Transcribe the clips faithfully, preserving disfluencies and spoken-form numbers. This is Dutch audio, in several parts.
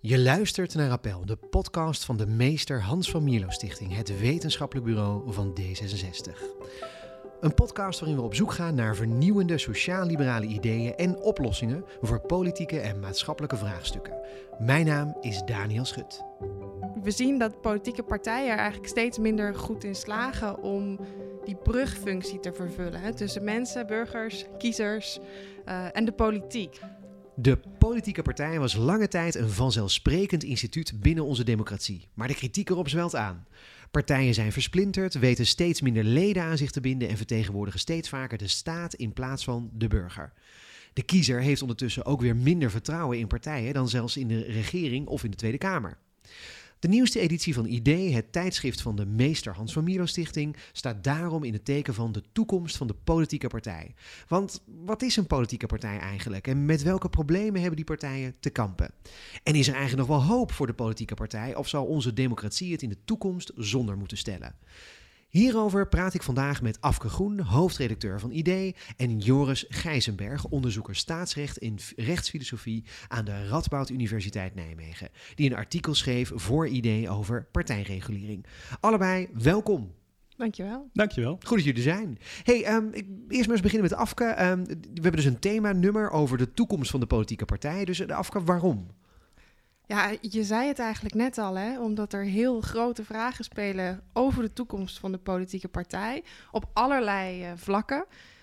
Je luistert naar Appel, de podcast van de meester Hans van Mierlo Stichting, het wetenschappelijk bureau van D zesenzestig. Een podcast waarin we op zoek gaan naar vernieuwende sociaal-liberale ideeën en oplossingen voor politieke en maatschappelijke vraagstukken. Mijn naam is Daniel Schut. We zien dat politieke partijen er eigenlijk steeds minder goed in slagen om die brugfunctie te vervullen, hè, tussen mensen, burgers, kiezers uh, en de politiek. De politieke partij was lange tijd een vanzelfsprekend instituut binnen onze democratie. Maar de kritiek erop zwelt aan. Partijen zijn versplinterd, weten steeds minder leden aan zich te binden en vertegenwoordigen steeds vaker de staat in plaats van de burger. De kiezer heeft ondertussen ook weer minder vertrouwen in partijen dan zelfs in de regering of in de Tweede Kamer. De nieuwste editie van I D, het tijdschrift van de meester Hans van Mierlo Stichting, staat daarom in het teken van de toekomst van de politieke partij. Want wat is een politieke partij eigenlijk en met welke problemen hebben die partijen te kampen? En is er eigenlijk nog wel hoop voor de politieke partij of zal onze democratie het in de toekomst zonder moeten stellen? Hierover praat ik vandaag met Afke Groen, hoofdredacteur van I D, en Joris Gijzenberg, onderzoeker staatsrecht en rechtsfilosofie aan de Radboud Universiteit Nijmegen, die een artikel schreef voor I D over partijregulering. Allebei welkom. Dankjewel. Dankjewel. Goed dat jullie er zijn. Hey, um, ik, eerst maar eens beginnen met Afke. Um, we hebben dus een themanummer over de toekomst van de politieke partij. Dus uh, Afke, waarom? Ja, je zei het eigenlijk net al, hè? Omdat er heel grote vragen spelen over de toekomst van de politieke partij op allerlei uh, vlakken.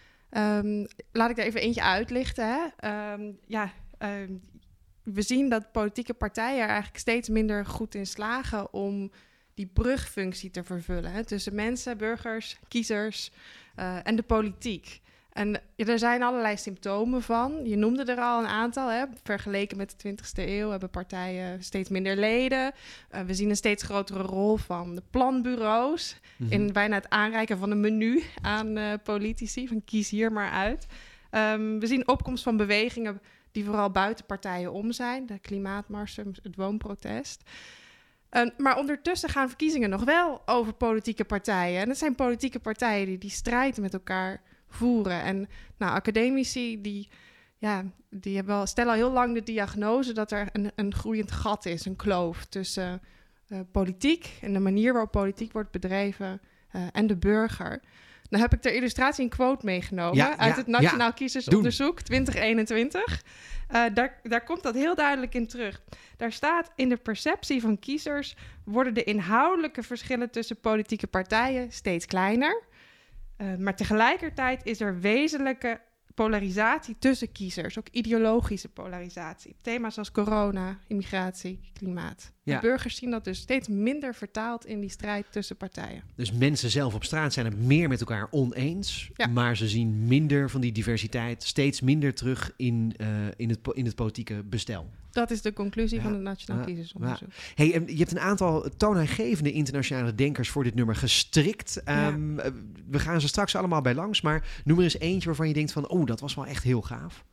Um, laat ik er even eentje uitlichten. Hè? Um, ja, um, we zien dat politieke partijen er eigenlijk steeds minder goed in slagen om die brugfunctie te vervullen, hè? Tussen mensen, burgers, kiezers uh, en de politiek. En er zijn allerlei symptomen van. Je noemde er al een aantal. Hè. Vergeleken met de twintigste eeuw hebben partijen steeds minder leden. Uh, we zien een steeds grotere rol van de planbureaus mm-hmm. in bijna het aanreiken van een menu aan uh, politici. Van kies hier maar uit. Um, we zien opkomst van bewegingen die vooral buiten partijen om zijn. De klimaatmarsen, het woonprotest. Uh, maar ondertussen gaan verkiezingen nog wel over politieke partijen. En het zijn politieke partijen die die strijd met elkaar voeren. En nou, academici die, ja, die hebben wel, stellen al heel lang de diagnose dat er een, een groeiend gat is, een kloof tussen uh, politiek en de manier waarop politiek wordt bedreven uh, en de burger. Dan heb ik ter illustratie een quote meegenomen ja, uit ja, het Nationaal ja, Kiezersonderzoek twintig eenentwintig. Uh, daar, daar komt dat heel duidelijk in terug. Daar staat: in de perceptie van kiezers worden de inhoudelijke verschillen tussen politieke partijen steeds kleiner. Uh, maar tegelijkertijd is er wezenlijke polarisatie tussen kiezers, ook ideologische polarisatie. Thema's als corona, immigratie, klimaat. Ja. De burgers zien dat dus steeds minder vertaald in die strijd tussen partijen. Dus mensen zelf op straat zijn het meer met elkaar oneens, ja. maar ze zien minder van die diversiteit, steeds minder terug in, uh, in, het, in het politieke bestel. Dat is de conclusie ja. van het Nationaal ja. Kiezersonderzoek. Ja. Hey, je hebt een aantal toonaangevende internationale denkers voor dit nummer gestrikt. Um, ja. We gaan ze straks allemaal bij langs, maar noem er eens eentje waarvan je denkt van, oh, dat was wel echt heel gaaf.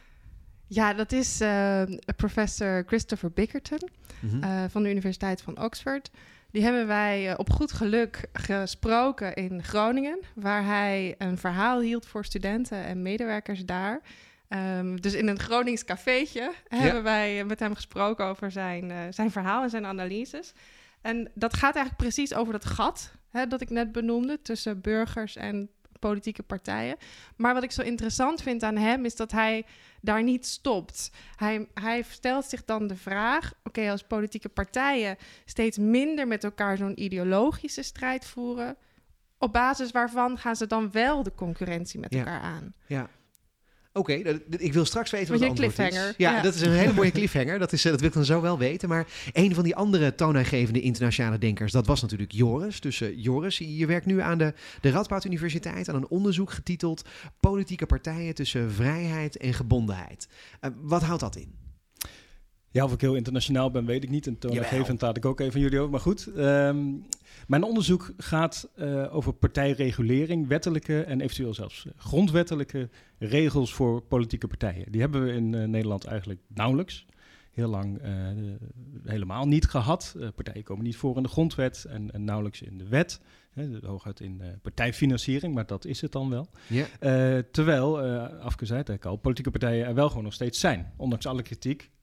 Ja, dat is uh, professor Christopher Bickerton mm-hmm. uh, van de Universiteit van Oxford. Die hebben wij uh, op goed geluk gesproken in Groningen, waar hij een verhaal hield voor studenten en medewerkers daar. Um, dus in een Gronings cafeetje ja. hebben wij met hem gesproken over zijn, uh, zijn verhaal en zijn analyses. En dat gaat eigenlijk precies over dat gat, hè, dat ik net benoemde, tussen burgers en politieke partijen. Maar wat ik zo interessant vind aan hem is dat hij daar niet stopt. Hij, hij stelt zich dan de vraag, oké, okay, als politieke partijen steeds minder met elkaar zo'n ideologische strijd voeren, op basis waarvan gaan ze dan wel de concurrentie met ja. elkaar aan? Ja. Oké, okay, ik wil straks weten wat het antwoord cliffhanger. is. Ja, ja, dat is een hele mooie cliffhanger. Dat, is, dat wil ik dan zo wel weten. Maar een van die andere toonaangevende internationale denkers, dat was natuurlijk Joris. Dus uh, Joris, je werkt nu aan de, de Radboud Universiteit aan een onderzoek getiteld Politieke partijen tussen vrijheid en gebondenheid. Uh, wat houdt dat in? Ja, of ik heel internationaal ben, weet ik niet. En toonaangevend laat ik ook even van jullie over. Maar goed, um, mijn onderzoek gaat uh, over partijregulering, wettelijke en eventueel zelfs grondwettelijke regels voor politieke partijen. Die hebben we in uh, Nederland eigenlijk nauwelijks. Heel lang uh, de, helemaal niet gehad. Uh, partijen komen niet voor in de grondwet en, en nauwelijks in de wet. He, hooguit in uh, partijfinanciering, maar dat is het dan wel. Yeah. Uh, terwijl, uh, Afke zei het eigenlijk al, politieke partijen er wel gewoon nog steeds zijn. Ondanks alle kritiek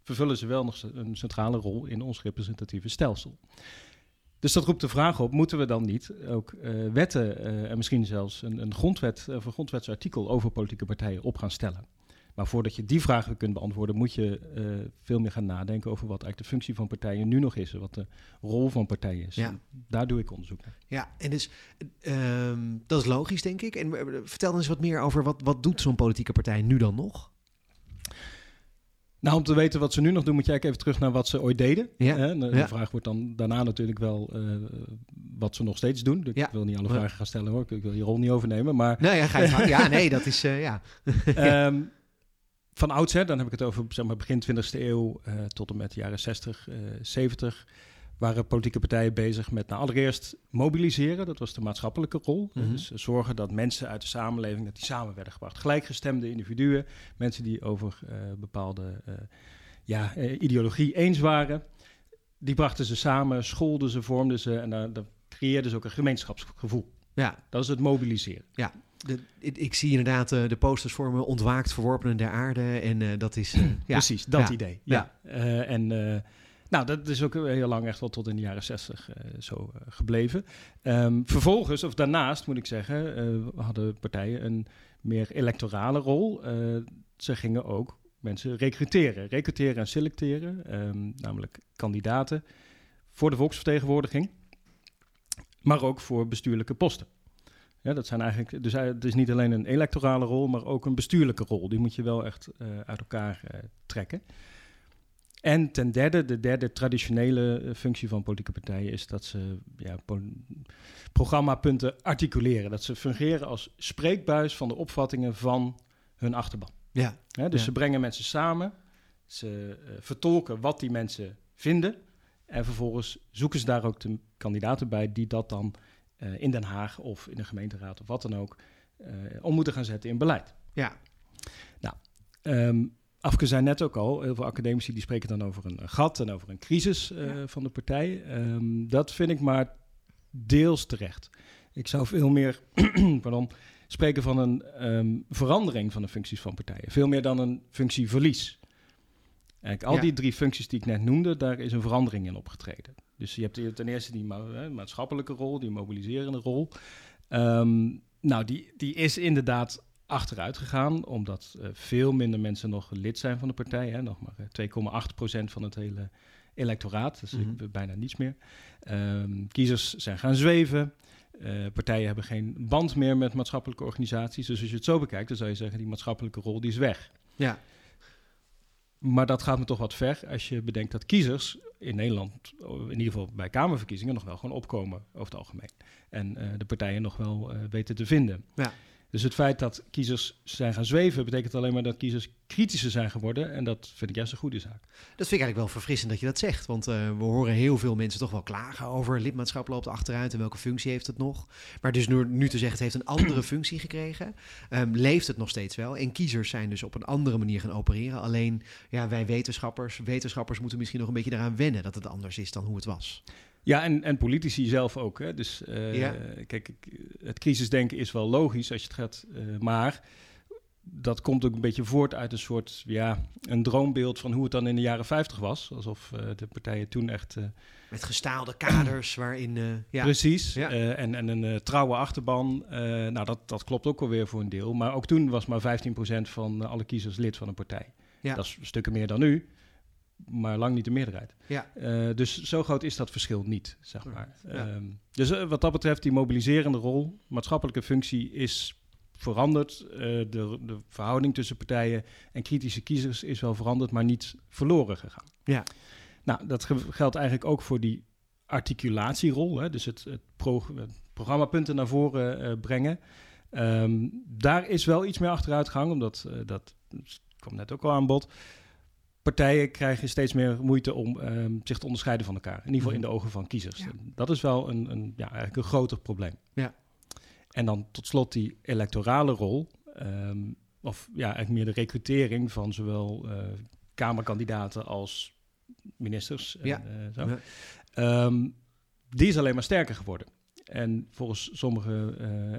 vervullen ze wel nog een centrale rol in ons representatieve stelsel. Dus dat roept de vraag op, moeten we dan niet ook uh, wetten uh, en misschien zelfs een, een grondwet of een grondwetsartikel over politieke partijen op gaan stellen? Maar voordat je die vraag weer kunt beantwoorden, moet je uh, veel meer gaan nadenken over wat eigenlijk de functie van partijen nu nog is en wat de rol van partijen is. Ja. Daar doe ik onderzoek naar. Ja, en dus um, dat is logisch, denk ik. En uh, vertel dan eens wat meer over wat, wat doet zo'n politieke partij nu dan nog? Nou, om te weten wat ze nu nog doen, moet je eigenlijk even terug naar wat ze ooit deden. Ja. Hè? De, de ja. vraag wordt dan daarna natuurlijk wel uh, wat ze nog steeds doen. Ik ja. wil niet alle vragen gaan stellen hoor, ik wil je rol niet overnemen. Maar... Nee, ja, ga je vragen. Ja, nee, dat is, uh, ja. um, van oudsher, dan heb ik het over zeg maar, begin twintigste eeuw uh, tot en met de jaren zestig, uh, zeventig... waren politieke partijen bezig met nou, allereerst mobiliseren. Dat was de maatschappelijke rol. Mm-hmm. Dus uh, zorgen dat mensen uit de samenleving dat die samen werden gebracht. Gelijkgestemde individuen, mensen die over uh, bepaalde uh, ja, uh, ideologie eens waren. Die brachten ze samen, scholden ze, vormden ze en uh, dan creëerden ze ook een gemeenschapsgevoel. Ja. Dat is het mobiliseren. Ja. De, ik, ik zie inderdaad uh, de posters vormen ontwaakt verworpenen der aarde en uh, dat is... Uh, ja. Precies, dat ja. idee. Ja. ja. Uh, en... Uh, Nou, dat is ook heel lang echt wel tot in de jaren zestig uh, zo uh, gebleven. Um, vervolgens, of daarnaast moet ik zeggen, uh, hadden partijen een meer electorale rol. Uh, ze gingen ook mensen recruteren. Recruteren en selecteren, um, namelijk kandidaten voor de volksvertegenwoordiging, maar ook voor bestuurlijke posten. Ja, dat zijn eigenlijk, dus het is niet alleen een electorale rol, maar ook een bestuurlijke rol. Die moet je wel echt uh, uit elkaar uh, trekken. En ten derde, de derde traditionele uh, functie van politieke partijen is dat ze ja, po- programmapunten articuleren. Dat ze fungeren als spreekbuis van de opvattingen van hun achterban. Ja. Ja, dus ja. ze brengen mensen samen, ze uh, vertolken wat die mensen vinden en vervolgens zoeken ze daar ook de kandidaten bij die dat dan uh, in Den Haag of in de gemeenteraad of wat dan ook uh, om moeten gaan zetten in beleid. Ja. Nou, um, Afke zei net ook al, heel veel academici die spreken dan over een gat en over een crisis uh, ja. van de partij. Um, dat vind ik maar deels terecht. Ik zou veel meer pardon, spreken van een um, verandering van de functies van partijen. Veel meer dan een functieverlies. Eigenlijk al ja. die drie functies die ik net noemde, daar is een verandering in opgetreden. Dus je hebt ten eerste die ma- maatschappelijke rol, die mobiliserende rol. Um, nou, die, die is inderdaad achteruit gegaan, omdat uh, veel minder mensen nog lid zijn van de partij. Hè? Nog maar uh, twee komma acht procent van het hele electoraat. Dus mm-hmm. bijna niets meer. Um, kiezers zijn gaan zweven. Uh, partijen hebben geen band meer met maatschappelijke organisaties. Dus als je het zo bekijkt, dan zou je zeggen, die maatschappelijke rol die is weg. Ja. Maar dat gaat me toch wat ver als je bedenkt dat kiezers in Nederland, in ieder geval bij Kamerverkiezingen, nog wel gewoon opkomen over het algemeen. En uh, de partijen nog wel uh, weten te vinden. Ja. Dus het feit dat kiezers zijn gaan zweven, betekent alleen maar dat kiezers kritischer zijn geworden. En dat vind ik juist een goede zaak. Dat vind ik eigenlijk wel verfrissend dat je dat zegt. Want uh, we horen heel veel mensen toch wel klagen over lidmaatschap loopt achteruit en welke functie heeft het nog. Maar dus nu, nu te zeggen het heeft een andere functie gekregen, um, leeft het nog steeds wel. En kiezers zijn dus op een andere manier gaan opereren. Alleen ja, wij wetenschappers, wetenschappers moeten misschien nog een beetje eraan wennen dat het anders is dan hoe het was. Ja, en, en politici zelf ook. Hè. Dus uh, ja. kijk, het crisisdenken is wel logisch als je het gaat, uh, maar dat komt ook een beetje voort uit een soort, ja, een droombeeld van hoe het dan in de jaren vijftig was. Alsof uh, de partijen toen echt... Uh, Met gestaalde kaders waarin... Uh, ja. Precies, ja. uh, en, en een uh, trouwe achterban. Uh, nou, dat, dat klopt ook alweer voor een deel. Maar ook toen was maar vijftien procent van uh, alle kiezers lid van een partij. Ja. Dat is stukken meer dan nu. Maar lang niet de meerderheid. Ja. Uh, dus zo groot is dat verschil niet, zeg maar. Ja. Um, dus uh, wat dat betreft, die mobiliserende rol, maatschappelijke functie is veranderd. Uh, de, de verhouding tussen partijen en kritische kiezers is wel veranderd, maar niet verloren gegaan. Ja. Nou, dat ge- geldt eigenlijk ook voor die articulatierol. Hè, dus het, het, pro- het programmapunten naar voren uh, brengen. Um, daar is wel iets meer achteruit gegaan, omdat uh, dat, dat kwam net ook al aan bod. Partijen krijgen steeds meer moeite om um, zich te onderscheiden van elkaar. In ieder geval in de ogen van kiezers. Ja. Dat is wel een, een, ja, eigenlijk een groter probleem. Ja. En dan tot slot die electorale rol. Um, of ja, eigenlijk meer de recrutering van zowel uh, kamerkandidaten als ministers. En, ja. uh, zo. Ja. Um, die is alleen maar sterker geworden. En volgens sommige uh,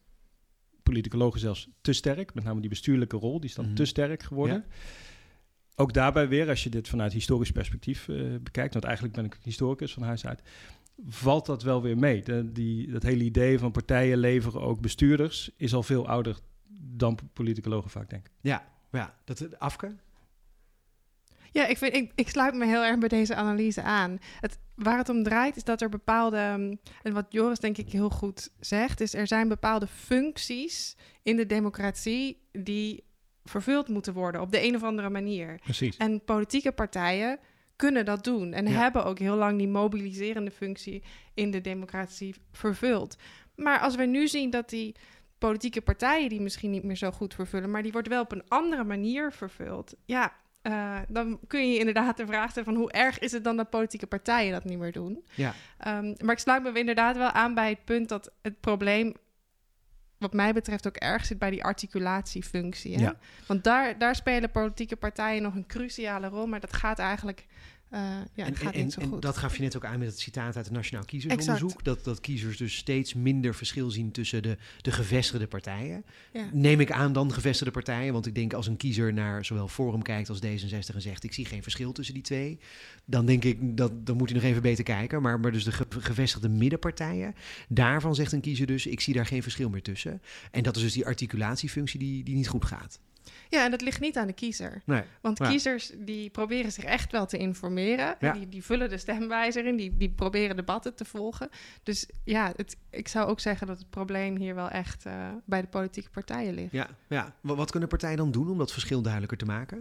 politicologen zelfs te sterk. Met name die bestuurlijke rol, die is dan mm-hmm. te sterk geworden. Ja. ook daarbij weer, als je dit vanuit historisch perspectief uh, bekijkt, want eigenlijk ben ik historicus van huis uit, valt dat wel weer mee. De, die, dat hele idee van partijen leveren ook bestuurders is al veel ouder dan politicologen vaak denken. Ja, ja. Dat, Afke? Ja, ik, vind, ik, ik sluit me heel erg bij deze analyse aan. Het, waar het om draait is dat er bepaalde, en wat Joris denk ik heel goed zegt, is er zijn bepaalde functies in de democratie die vervuld moeten worden op de een of andere manier. Precies. En politieke partijen kunnen dat doen en ja. hebben ook heel lang die mobiliserende functie in de democratie vervuld. Maar als we nu zien dat die politieke partijen die misschien niet meer zo goed vervullen, maar die wordt wel op een andere manier vervuld. Ja, uh, dan kun je inderdaad de vraag stellen van hoe erg is het dan dat politieke partijen dat niet meer doen? Ja. Um, maar ik sluit me inderdaad wel aan bij het punt dat het probleem wat mij betreft ook erg zit bij die articulatiefunctie. Hè? Ja. Want daar, daar spelen politieke partijen nog een cruciale rol, maar dat gaat eigenlijk uh, ja, en, gaat en, niet zo en goed. dat gaf je net ook aan met het citaat uit het Nationaal Kiezersonderzoek. Dat, dat kiezers dus steeds minder verschil zien tussen de, de gevestigde partijen. Ja. Neem ik aan dan gevestigde partijen, want ik denk als een kiezer naar zowel Forum kijkt als D zesenzestig en zegt ik zie geen verschil tussen die twee, dan denk ik dat dan moet hij nog even beter kijken. Maar, maar dus de ge, gevestigde middenpartijen, daarvan zegt een kiezer dus ik zie daar geen verschil meer tussen. En dat is dus die articulatiefunctie die, die niet goed gaat. Ja, en dat ligt niet aan de kiezer. Nee. Want Ja. kiezers die proberen zich echt wel te informeren. Ja. Die, die vullen de stemwijzer in, die, die proberen debatten te volgen. Dus ja, het, ik zou ook zeggen dat het probleem hier wel echt uh, bij de politieke partijen ligt. Ja, ja. Wat, wat kunnen partijen dan doen om dat verschil duidelijker te maken?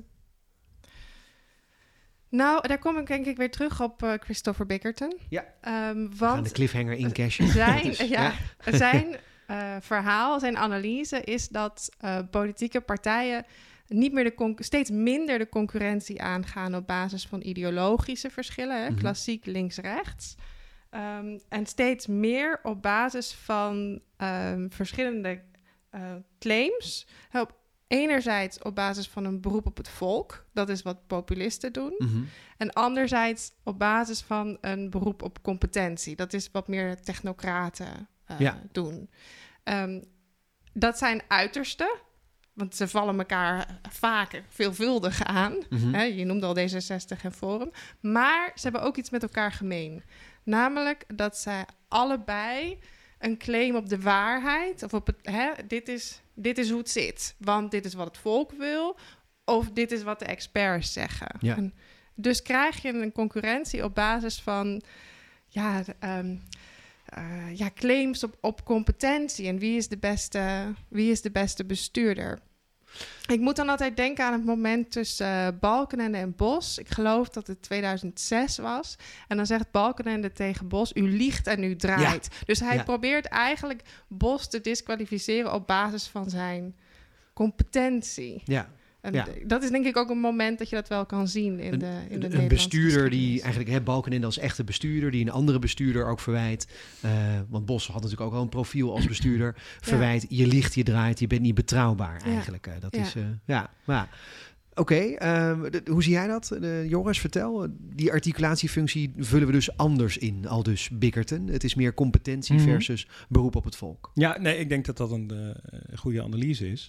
Nou, daar kom ik denk ik weer terug op uh, Christopher Bickerton. Ja. Um, want We gaan de cliffhanger incashen. Zijn, Dus, ja, zijn uh, verhaal, zijn analyse is dat uh, politieke partijen niet meer de con- steeds minder de concurrentie aangaan op basis van ideologische verschillen, hè, Mm-hmm. klassiek links-rechts. Um, en steeds meer op basis van um, verschillende uh, claims. Op, enerzijds op basis van een beroep op het volk, dat is wat populisten doen. Mm-hmm. En anderzijds op basis van een beroep op competentie. Dat is wat meer technocraten uh, Ja. doen. Um, dat zijn uitersten, want ze vallen elkaar vaker veelvuldig aan. Mm-hmm. Hè, je noemde al D zesenzestig en Forum. Maar ze hebben ook iets met elkaar gemeen. Namelijk dat zij allebei een claim op de waarheid, of op het, hè, dit is, dit is hoe het zit. Want dit is wat het volk wil, of dit is wat de experts zeggen. Ja. En dus krijg je een concurrentie op basis van ja, um, uh, ja, claims op, op competentie. En wie is de beste, wie is de beste bestuurder? Ik moet dan altijd denken aan het moment tussen uh, Balkenende en Bos. Ik geloof dat het tweeduizend zes was. En dan zegt Balkenende tegen Bos, u liegt en u draait. Ja. Dus hij ja. probeert eigenlijk Bos te disqualificeren op basis van zijn competentie. Ja. En ja. dat is denk ik ook een moment dat je dat wel kan zien in een, de in de Een bestuurder die eigenlijk, hè, Balkenende als echte bestuurder, die een andere bestuurder ook verwijt. Uh, want Bos had natuurlijk ook al een profiel als bestuurder. Verwijt, ja. je liegt, je draait, je bent niet betrouwbaar eigenlijk. Ja. Uh, dat ja. is, uh, ja, ja. Oké, okay, uh, hoe zie jij dat? Uh, Joris, vertel. Die articulatiefunctie vullen we dus anders in, al dus Bickerton. Het is meer competentie mm-hmm. versus beroep op het volk. Ja, nee, ik denk dat dat een uh, goede analyse is.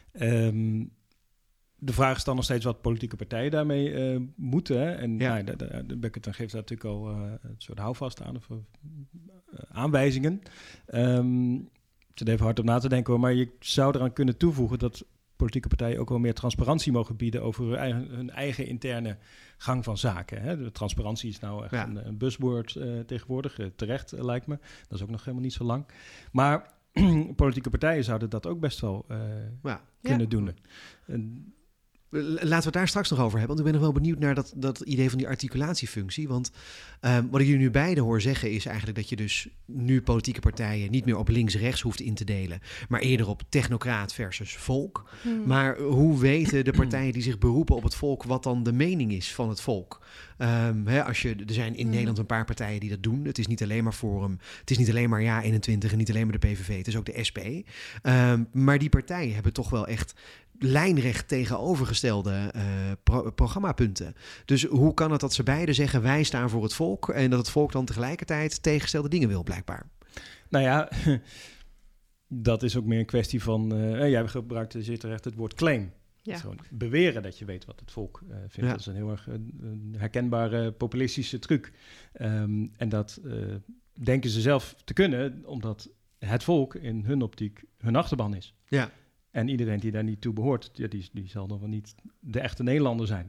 Um, De vraag is dan nog steeds wat politieke partijen daarmee uh, moeten. Hè? En ja. nou, de, de, de Bickerton geeft daar natuurlijk al uh, een soort houvast aan of uh, aanwijzingen. Um, ik zit even hard op na te denken hoor, maar je zou eraan kunnen toevoegen dat politieke partijen ook wel meer transparantie mogen bieden over hun eigen, hun eigen interne gang van zaken. Hè? De transparantie is nou echt ja. een, een buzzword uh, tegenwoordig, uh, terecht uh, lijkt me. Dat is ook nog helemaal niet zo lang. Maar politieke partijen zouden dat ook best wel uh, ja. kunnen ja. doen. En, Laten we het daar straks nog over hebben. Want ik ben nog wel benieuwd naar dat, dat idee van die articulatiefunctie. Want um, wat ik jullie nu beiden hoor zeggen is eigenlijk dat je dus nu politieke partijen niet meer op links-rechts hoeft in te delen. Maar eerder op technocraat versus volk. Hmm. Maar hoe weten de partijen die zich beroepen op het volk wat dan de mening is van het volk? Um, hè, als je, er zijn in hmm. Nederland een paar partijen die dat doen. Het is niet alleen maar Forum. Het is niet alleen maar Ja eenentwintig en niet alleen maar de P V V. Het is ook de S P. Um, maar die partijen hebben toch wel echt lijnrecht tegenovergestelde uh, pro- programmapunten. Dus hoe kan het dat ze beiden zeggen wij staan voor het volk en dat het volk dan tegelijkertijd tegengestelde dingen wil blijkbaar? Nou ja, dat is ook meer een kwestie van, uh, jij gebruikt zeer terecht het woord claim. Ja. Gewoon beweren dat je weet wat het volk uh, vindt. Ja. Dat is een heel erg uh, een herkenbare populistische truc. Um, en dat uh, denken ze zelf te kunnen, omdat het volk in hun optiek hun achterban is. Ja. En iedereen die daar niet toe behoort, ja, die, die zal dan wel niet de echte Nederlander zijn.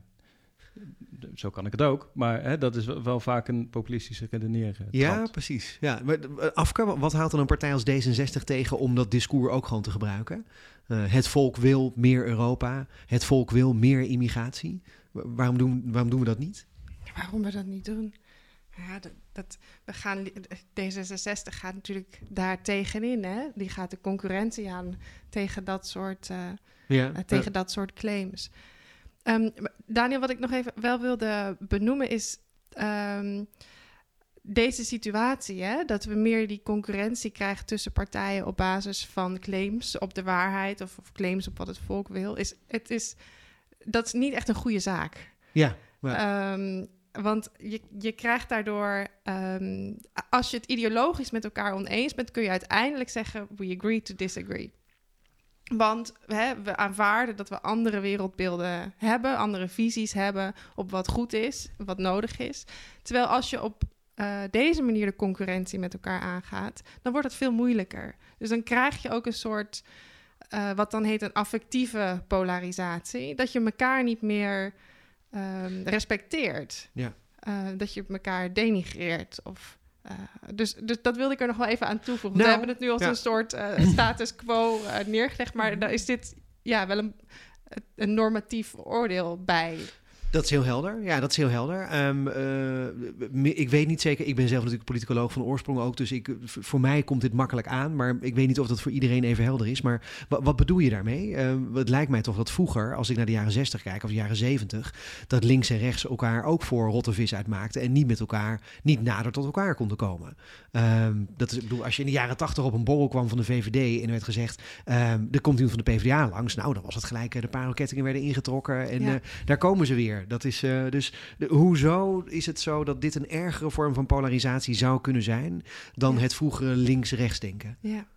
Zo kan ik het ook, maar hè, dat is wel vaak een populistische redenering. Ja, precies. Ja. Maar, Afke, wat houdt dan een partij als D zesenzestig tegen om dat discours ook gewoon te gebruiken? Uh, het volk wil meer Europa, het volk wil meer immigratie. Waarom doen, waarom doen we dat niet? Waarom we dat niet doen? Ja, dat, dat, we gaan, D zesenzestig gaat natuurlijk daar tegenin. Hè? Die gaat de concurrentie aan tegen dat soort, uh, ja, uh, tegen uh, dat soort claims. Um, Daniel, wat ik nog even wel wilde benoemen is um, deze situatie. Hè? Dat we meer die concurrentie krijgen tussen partijen op basis van claims op de waarheid of, of claims op wat het volk wil. Is, het is, dat is niet echt een goede zaak. Ja. ja. Um, Want je, je krijgt daardoor, um, als je het ideologisch met elkaar oneens bent, kun je uiteindelijk zeggen, we agree to disagree. Want hè, we aanvaarden dat we andere wereldbeelden hebben, andere visies hebben op wat goed is, wat nodig is. Terwijl als je op uh, deze manier de concurrentie met elkaar aangaat, dan wordt het veel moeilijker. Dus dan krijg je ook een soort, uh, wat dan heet een affectieve polarisatie, dat je elkaar niet meer Um, respecteert. Ja. Uh, dat je elkaar denigreert. Of, uh, dus, dus dat wilde ik er nog wel even aan toevoegen. Nou, we hebben het nu als ja. een soort uh, status quo uh, neergelegd, maar daar is dit ja, wel een, een normatief oordeel bij. Dat is heel helder. Ja, dat is heel helder. Um, uh, ik weet niet zeker, ik ben zelf natuurlijk politicoloog van oorsprong ook, dus ik, voor mij komt dit makkelijk aan, maar ik weet niet of dat voor iedereen even helder is. Maar wat, wat bedoel je daarmee? Uh, het lijkt mij toch dat vroeger, als ik naar de jaren zestig kijk of de jaren zeventig, dat links en rechts elkaar ook voor rotte vis uitmaakten en niet met elkaar, niet nader tot elkaar konden komen. Um, dat is, ik bedoel, als je in de jaren tachtig op een borrel kwam van de V V D en er werd gezegd, um, er komt iemand van de P v d A langs, nou dan was het gelijk, de parelkettingen werden ingetrokken en ja. uh, daar komen ze weer. Dat is uh, dus de, hoezo is het zo dat dit een ergere vorm van polarisatie zou kunnen zijn dan ja. het vroegere links-rechts denken? Ja.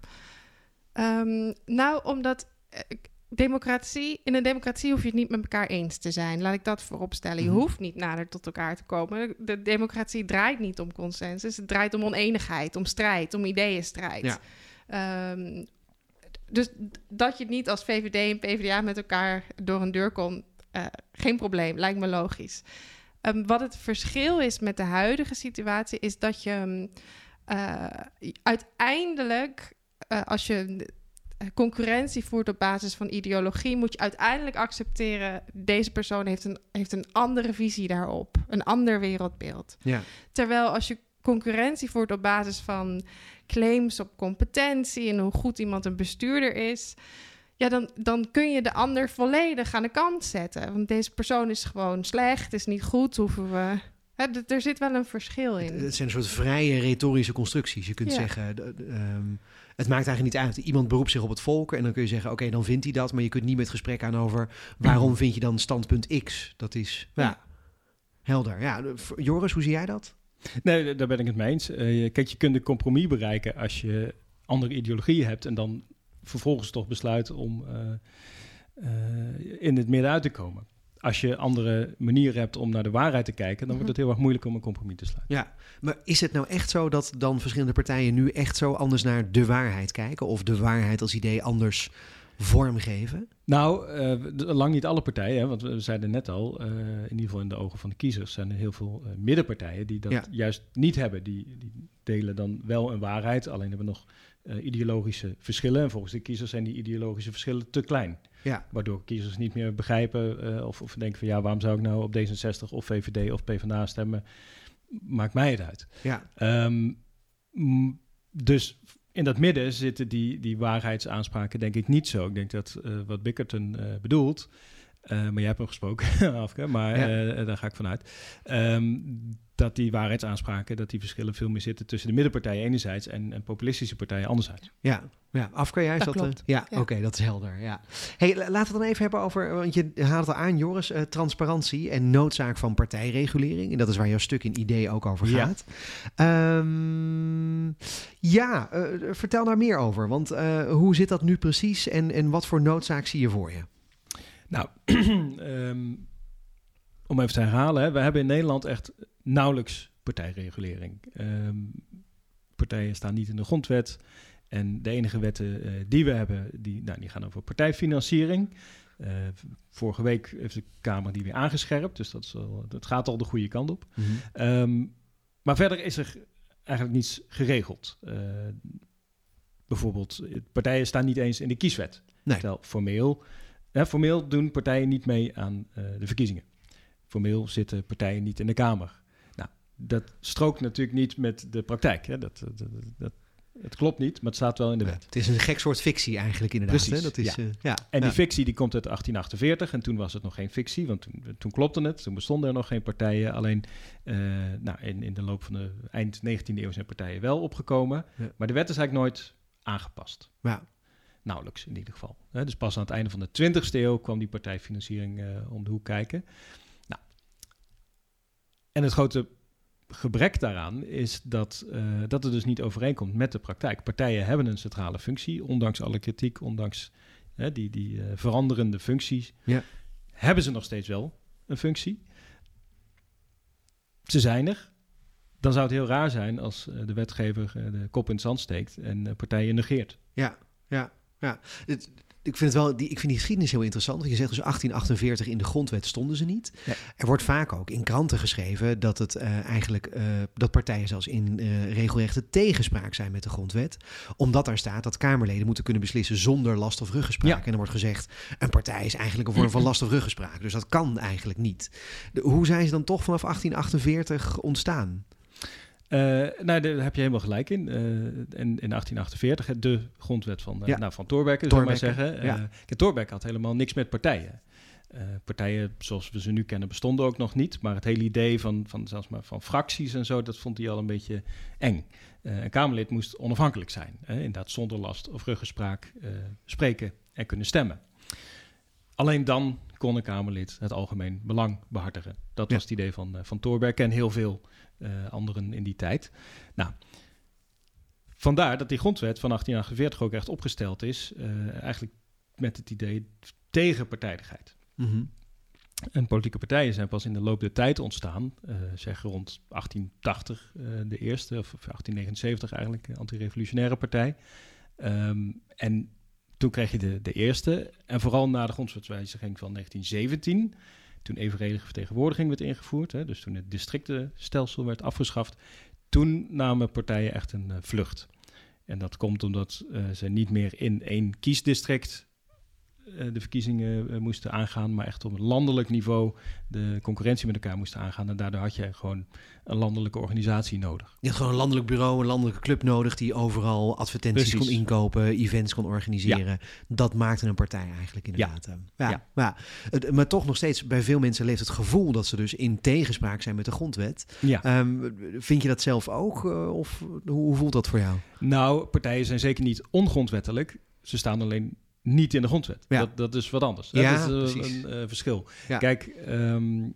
Um, nou, omdat uh, democratie, in een democratie hoef je het niet met elkaar eens te zijn. Laat ik dat voorop stellen. Je mm-hmm. hoeft niet nader tot elkaar te komen. De democratie draait niet om consensus. Het draait om oneenigheid, om strijd, om ideeënstrijd. Ja. Um, dus dat je het niet als V V D en P v d A met elkaar door een deur komt, Uh, geen probleem, lijkt me logisch. Um, wat het verschil is met de huidige situatie, is dat je uh, uiteindelijk, uh, als je concurrentie voert op basis van ideologie, moet je uiteindelijk accepteren, deze persoon heeft een, heeft een andere visie daarop, een ander wereldbeeld. Ja. Terwijl als je concurrentie voert op basis van claims op competentie en hoe goed iemand een bestuurder is, ja, dan, dan kun je de ander volledig aan de kant zetten. Want deze persoon is gewoon slecht, is niet goed, hoeven we... Hè, d- er zit wel een verschil in. Het zijn een soort vrije retorische constructies. Je kunt ja. zeggen, d- d- um, het maakt eigenlijk niet uit. Iemand beroept zich op het volk en dan kun je zeggen, oké, okay, dan vindt hij dat. Maar je kunt niet met gesprek aan over, waarom vind je dan standpunt X? Dat is, ja, ja. helder. Ja, Joris, hoe zie jij dat? Nee, daar ben ik het mee eens. Uh, kijk, je kunt een compromis bereiken als je andere ideologieën hebt en dan vervolgens toch besluit om uh, uh, in het midden uit te komen. Als je andere manieren hebt om naar de waarheid te kijken, dan wordt het heel erg moeilijk om een compromis te sluiten. Ja, maar is het nou echt zo dat dan verschillende partijen nu echt zo anders naar de waarheid kijken? Of de waarheid als idee anders vormgeven? Nou, uh, lang niet alle partijen, hè, want we zeiden net al, uh, in ieder geval in de ogen van de kiezers, zijn er heel veel uh, middenpartijen die dat ja. juist niet hebben. Die, die delen dan wel een waarheid, alleen hebben we nog uh, ideologische verschillen. En volgens de kiezers zijn die ideologische verschillen te klein. Ja. Waardoor kiezers niet meer begrijpen uh, of, of denken van ja, waarom zou ik nou op D zesenzestig of V V D of PvdA stemmen? Maakt mij het uit. Ja. Um, m- dus in dat midden zitten die, die waarheidsaanspraken denk ik niet zo. Ik denk dat uh, wat Bickerton uh, bedoelt, uh, maar jij hebt hem gesproken, Afke, maar ja. uh, daar ga ik vanuit, um, dat die waarheidsaanspraken, dat die verschillen veel meer zitten tussen de middenpartijen enerzijds en, en populistische partijen anderzijds. Ja, ja. Afke, jij is dat? dat uh, ja, ja. oké, okay, dat is helder. Ja. Hey, laten we het dan even hebben over, want je haalt het al aan, Joris, uh, transparantie en noodzaak van partijregulering. En dat is waar jouw stuk in idee ook over gaat. Ja, um, ja uh, vertel daar meer over. Want uh, hoe zit dat nu precies en, en wat voor noodzaak zie je voor je? Nou, um, om even te herhalen, hè, we hebben in Nederland echt nauwelijks partijregulering. Um, partijen staan niet in de grondwet. En de enige wetten uh, die we hebben, die, nou, die gaan over partijfinanciering. Uh, vorige week heeft de Kamer die weer aangescherpt, dus dat, is al, dat gaat al de goede kant op. Mm-hmm. Um, maar verder is er eigenlijk niets geregeld. Uh, bijvoorbeeld, partijen staan niet eens in de kieswet. Nee. Terwijl formeel, hè, formeel doen partijen niet mee aan uh, de verkiezingen. Formeel zitten partijen niet in de Kamer. Nou, dat strookt natuurlijk niet met de praktijk. Hè. Dat, dat, dat, het klopt niet, maar het staat wel in de wet. Ja, het is een gek soort fictie eigenlijk inderdaad. Precies, hè? Dat is, ja. Uh, ja. En die ja. fictie die komt uit achttien achtenveertig en toen was het nog geen fictie, want toen, toen klopte het. Toen bestonden er nog geen partijen. Alleen uh, nou, in, in de loop van de eind negentiende eeuw zijn partijen wel opgekomen. Ja. Maar de wet is eigenlijk nooit aangepast. Ja. Nauwelijks in ieder geval. He, dus pas aan het einde van de twintigste eeuw kwam die partijfinanciering uh, om de hoek kijken. Nou. En het grote gebrek daaraan is dat, uh, dat het dus niet overeenkomt met de praktijk. Partijen hebben een centrale functie, ondanks alle kritiek, ondanks hè, die, die uh, veranderende functies, ja. hebben ze nog steeds wel een functie. Ze zijn er. Dan zou het heel raar zijn als uh, de wetgever uh, de kop in het zand steekt en uh, partijen negeert. Ja, ja, ja. Het, ik vind, het wel, die, ik vind die geschiedenis heel interessant. Want je zegt dus achttien achtenveertig in de grondwet stonden ze niet. Ja. Er wordt vaak ook in kranten geschreven dat het uh, eigenlijk uh, dat partijen zelfs in uh, regelrechte tegenspraak zijn met de grondwet. Omdat daar staat dat Kamerleden moeten kunnen beslissen zonder last of ruggespraak. Ja. En er wordt gezegd, een partij is eigenlijk een vorm van last of ruggespraak. Dus dat kan eigenlijk niet. De, hoe zijn ze dan toch vanaf achttien achtenveertig ontstaan? Uh, nou, daar heb je helemaal gelijk in. Uh, in, in achttien achtenveertig, de grondwet van, uh, ja. nou, van Thorbecke, zou ik maar zeggen. Ja. Uh, Thorbecke had helemaal niks met partijen. Uh, partijen zoals we ze nu kennen bestonden ook nog niet. Maar het hele idee van, van, zelfs maar van fracties en zo, dat vond hij al een beetje eng. Uh, een Kamerlid moest onafhankelijk zijn. Hè? Inderdaad, zonder last of ruggespraak uh, spreken en kunnen stemmen. Alleen dan kon een Kamerlid het algemeen belang behartigen. Dat ja. was het idee van, uh, van Thorbecke en heel veel uh, anderen in die tijd. Nou, vandaar dat die grondwet van achttien achtenveertig ook echt opgesteld is, uh, eigenlijk met het idee tegen partijdigheid. Mm-hmm. En politieke partijen zijn pas in de loop der tijd ontstaan, uh, zeg rond achttien tachtig uh, de eerste, of achttien negenenzeventig eigenlijk, anti-revolutionaire partij. Um, en toen kreeg je de, de eerste, en vooral na de grondwetswijziging van negentien zeventien, toen evenredige vertegenwoordiging werd ingevoerd, hè, dus toen het districtenstelsel werd afgeschaft, toen namen partijen echt een uh, vlucht. En dat komt omdat uh, ze niet meer in één kiesdistrict uh, de verkiezingen uh, moesten aangaan, maar echt op een landelijk niveau de concurrentie met elkaar moesten aangaan. En daardoor had je gewoon een landelijke organisatie nodig. Je had gewoon een landelijk bureau, een landelijke club nodig die overal advertenties Precies. kon inkopen, events kon organiseren. Ja. Dat maakte een partij eigenlijk inderdaad. Ja. Ja. Ja. Ja. Het, maar toch nog steeds bij veel mensen leeft het gevoel dat ze dus in tegenspraak zijn met de grondwet. Ja. Um, vind je dat zelf ook? Uh, of hoe voelt dat voor jou? Nou, partijen zijn zeker niet ongrondwettelijk. Ze staan alleen niet in de grondwet. Ja. Dat, dat is wat anders. Ja, dat is uh, precies. een uh, verschil. Ja. Kijk, um,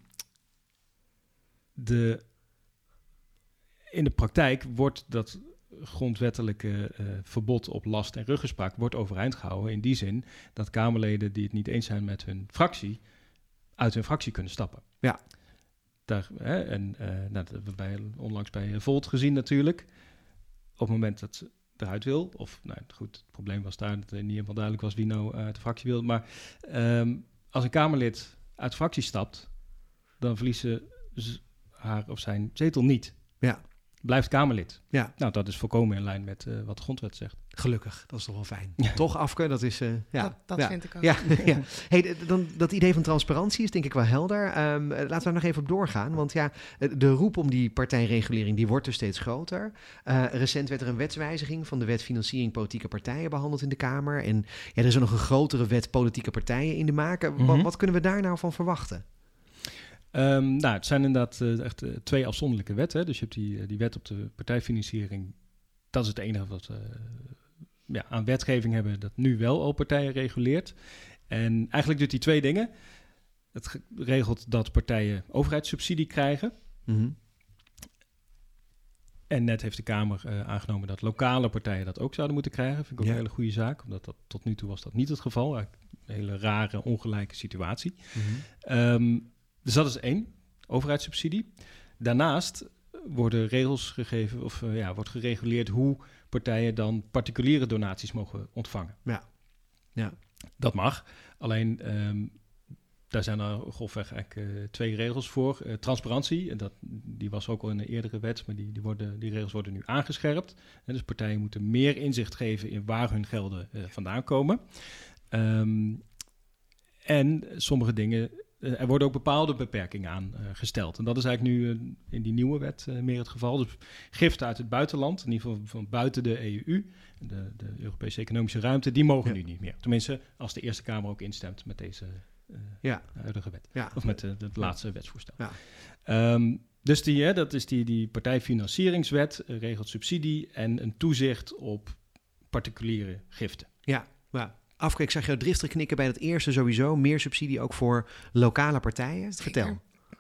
de, in de praktijk wordt dat grondwettelijke uh, verbod op last en ruggespraak wordt overeind gehouden in die zin dat Kamerleden die het niet eens zijn met hun fractie uit hun fractie kunnen stappen. Ja. Daar, hè, en uh, nou, dat hebben we bij, onlangs bij Volt gezien natuurlijk. Op het moment dat ze eruit wil, of nou goed, het probleem was daar dat er niet helemaal duidelijk was wie nou uit de fractie wil, maar um, als een Kamerlid uit de fractie stapt, dan verliest ze haar of zijn zetel niet. Ja. Blijft Kamerlid. Ja. Nou, dat is volkomen in lijn met uh, wat de grondwet zegt. Gelukkig, dat is toch wel fijn. Ja. Toch, Afke, dat is... Uh, ja. Dat, dat ja. vind ik ook. Ja, ja. Hey, dan, dat idee van transparantie is denk ik wel helder. Um, laten we daar nog even op doorgaan. Want ja, de roep om die partijregulering, die wordt dus steeds groter. Uh, recent werd er een wetswijziging van de wet Financiering Politieke Partijen behandeld in de Kamer. En ja, er is er nog een grotere wet Politieke Partijen in de maak. Mm-hmm. Wat, wat kunnen we daar nou van verwachten? Um, nou, het zijn inderdaad uh, echt uh, twee afzonderlijke wetten. Hè? Dus je hebt die, uh, die wet op de partijfinanciering. Dat is het enige wat we uh, ja, aan wetgeving hebben dat nu wel al partijen reguleert. En eigenlijk doet die twee dingen. Het ge- regelt dat partijen overheidssubsidie krijgen. Mm-hmm. En net heeft de Kamer uh, aangenomen dat lokale partijen dat ook zouden moeten krijgen. Vind ik ook ja. een hele goede zaak, omdat dat tot nu toe was dat niet het geval. Uh, een hele rare, ongelijke situatie. Mm-hmm. Um, dus dat is één, overheidssubsidie. Daarnaast worden regels gegeven, of uh, ja, wordt gereguleerd hoe partijen dan particuliere donaties mogen ontvangen. Ja. Ja. Dat mag. Alleen um, daar zijn er grofweg eigenlijk uh, twee regels voor. Uh, transparantie, en dat, die was ook al in een eerdere wet, maar die, die, worden, die regels worden nu aangescherpt. En dus partijen moeten meer inzicht geven in waar hun gelden uh, vandaan komen. Um, en sommige dingen, uh, er worden ook bepaalde beperkingen aan uh, gesteld. En dat is eigenlijk nu uh, in die nieuwe wet uh, meer het geval. Dus giften uit het buitenland, in ieder geval van buiten de E U, de, de Europese Economische Ruimte, die mogen ja. nu niet meer. Tenminste, als de Eerste Kamer ook instemt met deze uh, ja. huidige wet. Ja. Of met uh, het laatste ja. wetsvoorstel. Ja. Um, dus die, hè, dat is die, die partijfinancieringswet, uh, regelt subsidie en een toezicht op particuliere giften. Ja, ja. Afke, ik zag jou driftig knikken bij dat eerste sowieso. Meer subsidie ook voor lokale partijen. Zeker. Vertel.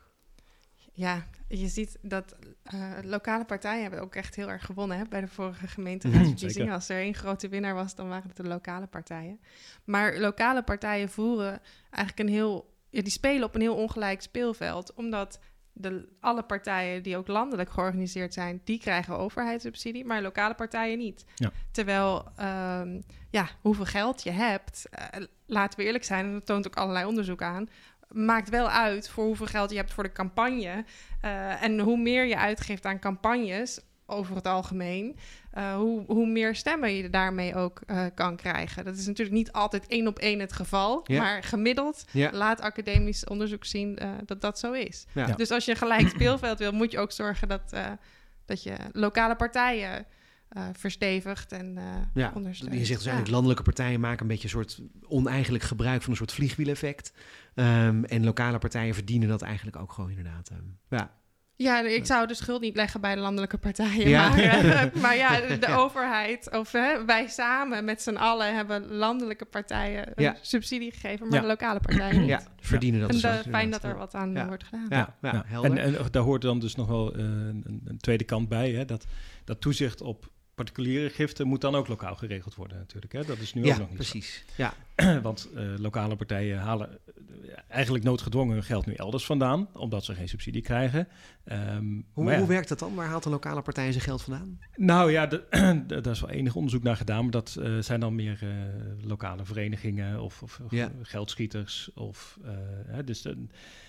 Ja, je ziet dat uh, lokale partijen hebben ook echt heel erg gewonnen hè, bij de vorige gemeenteraadsverkiezingen. Mm, Als er één grote winnaar was, dan waren het de lokale partijen. Maar lokale partijen voeren eigenlijk een heel... Ja, die spelen op een heel ongelijk speelveld, omdat de, alle partijen die ook landelijk georganiseerd zijn, die krijgen overheidssubsidie, maar lokale partijen niet. Ja. Terwijl, um, ja, hoeveel geld je hebt, uh, laten we eerlijk zijn, en dat toont ook allerlei onderzoek aan, maakt wel uit voor hoeveel geld je hebt voor de campagne. Uh, en hoe meer je uitgeeft aan campagnes, over het algemeen, uh, hoe, hoe meer stemmen je daarmee ook uh, kan krijgen. Dat is natuurlijk niet altijd één op één het geval, ja. maar gemiddeld ja. laat academisch onderzoek zien uh, dat dat zo is. Ja. Dus als je een gelijk speelveld wil, moet je ook zorgen dat, uh, dat je lokale partijen uh, verstevigt en uh, ja. ondersteunt. Je zegt dus eigenlijk, ja. landelijke partijen maken een beetje een soort oneigenlijk gebruik van een soort vliegwieleffect. Um, en lokale partijen verdienen dat eigenlijk ook gewoon inderdaad. Um, ja. Ja, ik zou de schuld niet leggen bij de landelijke partijen. Ja. Maar, uh, maar ja, de, de ja. overheid of uh, wij samen met z'n allen hebben landelijke partijen ja. subsidie gegeven, maar ja. de lokale partijen niet. Ja, verdienen dat. En zo, uh, fijn dat er wat aan ja. wordt gedaan. Ja, ja. ja. En, en daar hoort dan dus nog wel uh, een, een tweede kant bij, hè, dat, dat toezicht op particuliere giften moet dan ook lokaal geregeld worden natuurlijk. Hè? Dat is nu ja, ook nog niet precies. Ja, want uh, lokale partijen halen uh, eigenlijk noodgedwongen hun geld nu elders vandaan, omdat ze geen subsidie krijgen. Um, hoe, ja. hoe werkt dat dan? Waar haalt de lokale partij zijn geld vandaan? Nou ja, daar is wel enig onderzoek naar gedaan, maar dat uh, zijn dan meer uh, lokale verenigingen of, of ja. geldschieters. Of, uh, hè, dus de,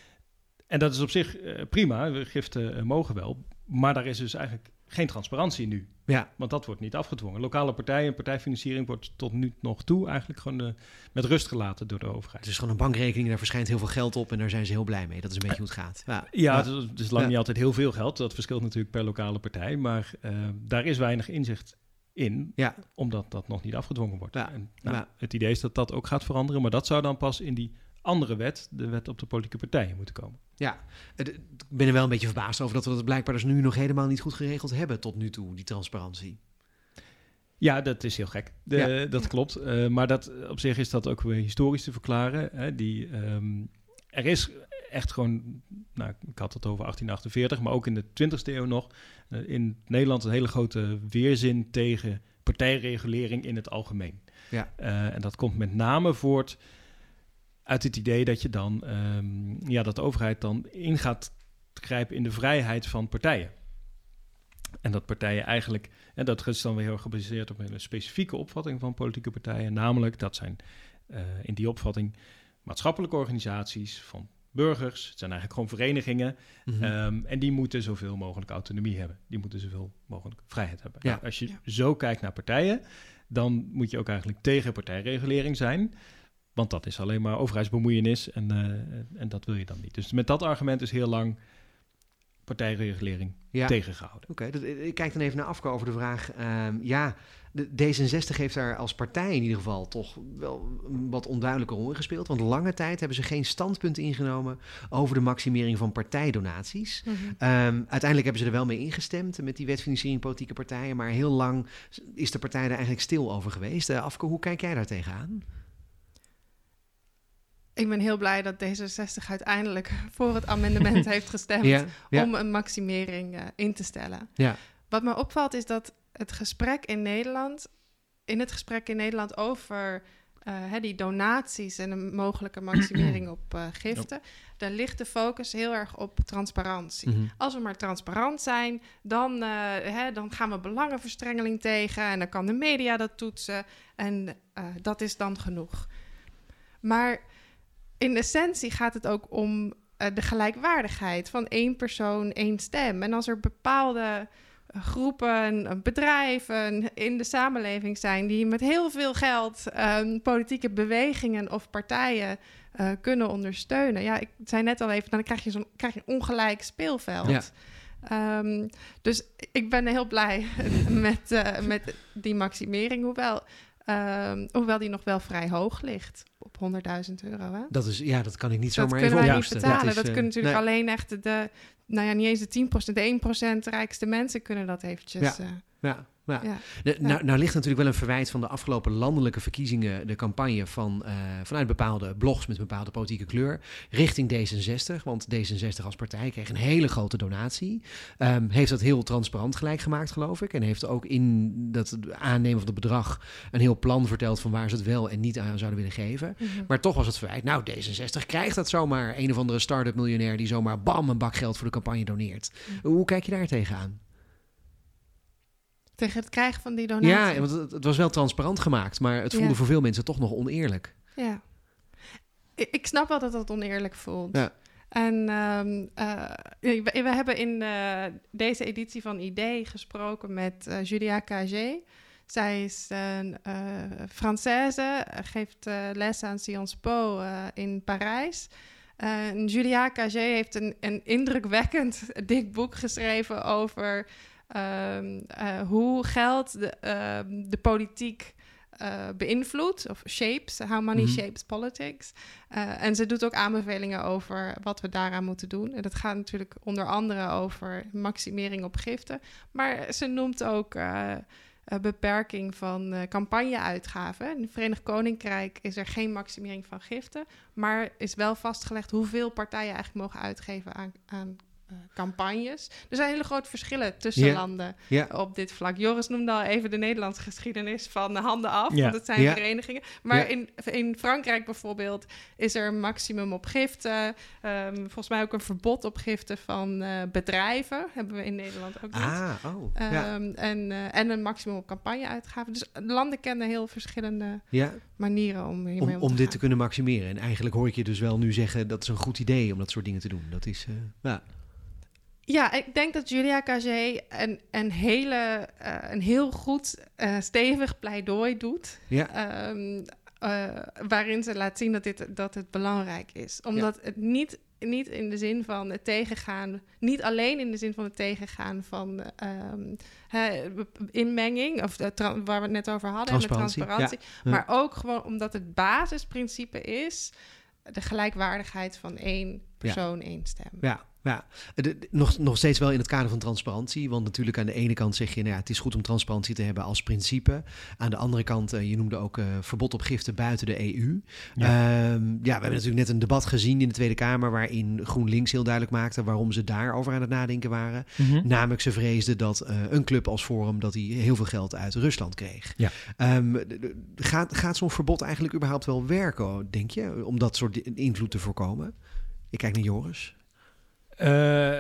en dat is op zich uh, prima, giften uh, mogen wel, maar daar is dus eigenlijk geen transparantie nu. Ja. Want dat wordt niet afgedwongen. Lokale partijen en partijfinanciering wordt tot nu nog toe eigenlijk gewoon uh, met rust gelaten door de overheid. Het is gewoon een bankrekening, daar verschijnt heel veel geld op en daar zijn ze heel blij mee. Dat is een beetje hoe het gaat. Ja, ja, ja. Het, is, het is lang ja. niet altijd heel veel geld. Dat verschilt natuurlijk per lokale partij. Maar uh, daar is weinig inzicht in, ja. omdat dat nog niet afgedwongen wordt. Ja. En, nou, ja. Het idee is dat dat ook gaat veranderen, maar dat zou dan pas in die andere wet, de wet op de politieke partijen, moeten komen. Ja, ik ben er wel een beetje verbaasd over dat we dat blijkbaar dus nu nog helemaal niet goed geregeld hebben tot nu toe, die transparantie. Ja, dat is heel gek. De, ja. Dat klopt. Uh, maar dat, op zich is dat ook weer historisch te verklaren. Hè. Die, um, er is echt gewoon, nou, ik had het over achttien achtenveertig, maar ook in de twintigste eeuw nog, uh, in Nederland een hele grote weerzin tegen partijregulering in het algemeen. Ja. Uh, en dat komt met name voort uit het idee dat je dan, um, ja, dat de overheid dan in gaat grijpen in de vrijheid van partijen. En dat partijen eigenlijk, en dat is dan weer heel gebaseerd op een specifieke opvatting van politieke partijen, namelijk dat zijn uh, in die opvatting maatschappelijke organisaties van burgers, het zijn eigenlijk gewoon verenigingen, mm-hmm. um, en die moeten zoveel mogelijk autonomie hebben. Die moeten zoveel mogelijk vrijheid hebben. Ja. Nou, als je ja. zo kijkt naar partijen, dan moet je ook eigenlijk tegen partijregulering zijn. Want dat is alleen maar overheidsbemoeienis en, uh, en dat wil je dan niet. Dus met dat argument is heel lang partijregulering ja. tegengehouden. Oké, okay, ik kijk dan even naar Afke over de vraag. Um, ja, de D zesenzestig heeft daar als partij in ieder geval toch wel een wat onduidelijke rol in gespeeld. Want lange tijd hebben ze geen standpunt ingenomen over de maximering van partijdonaties. Mm-hmm. Um, uiteindelijk hebben ze er wel mee ingestemd met die wet financiering politieke partijen. Maar heel lang is de partij er eigenlijk stil over geweest. Uh, Afke, hoe kijk jij daar tegenaan? Ik ben heel blij dat D zesenzestig uiteindelijk voor het amendement heeft gestemd ja, ja. om een maximering uh, in te stellen. Ja. Wat me opvalt is dat het gesprek in Nederland, in het gesprek in Nederland over uh, hè, die donaties en een mogelijke maximering op uh, giften, ja. daar ligt de focus heel erg op transparantie. Mm-hmm. Als we maar transparant zijn, dan, uh, hè, dan gaan we belangenverstrengeling tegen en dan kan de media dat toetsen en uh, dat is dan genoeg. Maar in essentie gaat het ook om uh, de gelijkwaardigheid van één persoon, één stem. En als er bepaalde groepen, bedrijven in de samenleving zijn die met heel veel geld um, politieke bewegingen of partijen uh, kunnen ondersteunen. Ja, ik zei net al even, dan krijg je zo'n krijg je een ongelijk speelveld. Ja. Um, dus ik ben heel blij met, uh, met die maximering, hoewel, um, hoewel die nog wel vrij hoog ligt. Op honderdduizend euro. Hè? Dat is, ja, dat kan ik niet dat zomaar even oplossen. Dat kunnen wij niet betalen. Dat, is, dat uh, kunnen natuurlijk nee. alleen echt de, nou ja, niet eens de tien procent, de één procent rijkste mensen kunnen dat eventjes. Ja. Uh, ja. Ja. Ja. De, nou, nou ligt natuurlijk wel een verwijt van de afgelopen landelijke verkiezingen, de campagne van, uh, vanuit bepaalde blogs met een bepaalde politieke kleur, richting D zesenzestig. Want D zesenzestig als partij kreeg een hele grote donatie. Um, heeft dat heel transparant gelijk gemaakt, geloof ik. En heeft ook in dat aannemen van het bedrag een heel plan verteld van waar ze het wel en niet aan zouden willen geven. Mm-hmm. Maar toch was het verwijt, nou D zesenzestig krijgt dat zomaar. Een of andere start-up miljonair die zomaar bam een bak geld voor de campagne doneert. Mm-hmm. Hoe kijk je daar tegenaan? Tegen het krijgen van die donatie. Ja, want het, het was wel transparant gemaakt, maar het voelde ja. voor veel mensen toch nog oneerlijk. Ja, ik, ik snap wel dat dat oneerlijk voelt. Ja. En um, uh, we, we hebben in uh, deze editie van I D gesproken met uh, Julia Cagé. Zij is een uh, Française, geeft uh, les aan Sciences Po uh, in Parijs. Uh, Julia Cagé heeft een, een indrukwekkend dik boek geschreven over Um, uh, hoe geld de, uh, de politiek uh, beïnvloedt, of shapes, how money mm-hmm. shapes politics. Uh, en ze doet ook aanbevelingen over wat we daaraan moeten doen. En dat gaat natuurlijk onder andere over maximering op giften. Maar ze noemt ook uh, uh, beperking van uh, campagneuitgaven. In het Verenigd Koninkrijk is er geen maximering van giften, maar is wel vastgelegd hoeveel partijen eigenlijk mogen uitgeven aan, aan Uh, campagnes. Er zijn hele grote verschillen tussen yeah. landen yeah. op dit vlak. Joris noemde al even de Nederlandse geschiedenis van de handen af, yeah. want het zijn yeah. verenigingen. Maar yeah. in, in Frankrijk bijvoorbeeld is er een maximum op giften. Um, volgens mij ook een verbod op giften van uh, bedrijven. Hebben we in Nederland ook niet. Ah, oh, um, ja. en, uh, en een maximum op campagneuitgaven. Dus landen kennen heel verschillende yeah. manieren om hiermee om, om te Om gaan. dit te kunnen maximeren. En eigenlijk hoor ik je dus wel nu zeggen, dat is een goed idee om dat soort dingen te doen. Dat is, uh, ja... Ja, ik denk dat Julia Cagé een, een, hele, uh, een heel goed, uh, stevig pleidooi doet. Ja. Um, uh, waarin ze laat zien dat, dit, dat het belangrijk is. Omdat ja. het niet, niet in de zin van het tegengaan, niet alleen in de zin van het tegengaan van um, he, inmenging, of de tra- waar we het net over hadden, met transparantie. Ja. Ja. Maar ook gewoon omdat het basisprincipe is de gelijkwaardigheid van één persoon, ja. één stem. Ja. Ja, de, de, nog, nog steeds wel in het kader van transparantie. Want natuurlijk aan de ene kant zeg je, nou ja, het is goed om transparantie te hebben als principe. Aan de andere kant, uh, je noemde ook uh, verbod op giften buiten de E U. Ja. Um, ja, we hebben natuurlijk net een debat gezien in de Tweede Kamer waarin GroenLinks heel duidelijk maakte waarom ze daarover aan het nadenken waren. Mm-hmm. Namelijk, ze vreesden dat uh, een club als Forum dat die heel veel geld uit Rusland kreeg. Ja. Um, de, de, gaat, gaat zo'n verbod eigenlijk überhaupt wel werken, denk je, om dat soort invloed te voorkomen? Ik kijk naar Joris. Uh,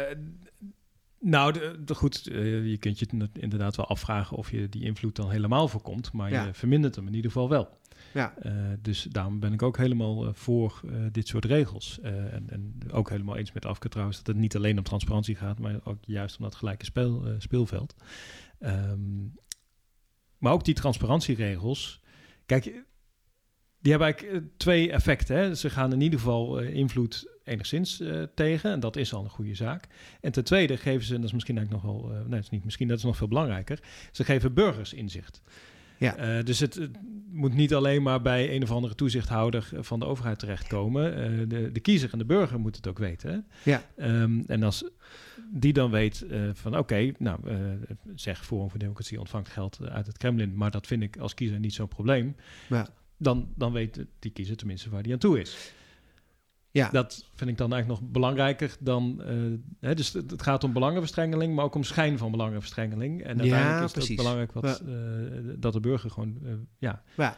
nou, de, de, goed, uh, je kunt je inderdaad wel afvragen of je die invloed dan helemaal voorkomt, maar ja. je vermindert hem in ieder geval wel. Ja. Uh, dus daarom ben ik ook helemaal uh, voor uh, dit soort regels. Uh, en, en ook helemaal eens met Afke trouwens dat het niet alleen om transparantie gaat, maar ook juist om dat gelijke speel, uh, speelveld. Um, maar ook die transparantieregels, kijk, die hebben eigenlijk uh, twee effecten. Hè. Ze gaan in ieder geval uh, invloed enigszins uh, tegen. En dat is al een goede zaak. En ten tweede geven ze, en dat is misschien eigenlijk nog wel... Uh, nee, dat is niet misschien, dat is nog veel belangrijker. Ze geven burgers inzicht. Ja. Uh, dus het, het moet niet alleen maar bij een of andere toezichthouder van de overheid terechtkomen. Uh, de, de kiezer en de burger moet het ook weten. Hè? Ja. Um, en als die dan weet uh, van oké, okay, nou uh, zeg Forum voor Democratie ontvangt geld uit het Kremlin, maar dat vind ik als kiezer niet zo'n probleem. Ja. Dan, dan weet die kiezer tenminste waar die aan toe is. Ja. Dat vind ik dan eigenlijk nog belangrijker dan... Uh, hè, dus het, het gaat om belangenverstrengeling, maar ook om schijn van belangenverstrengeling. En uiteindelijk ja, is het ook belangrijk wat, ja. uh, dat de burger gewoon... Uh, ja. ja.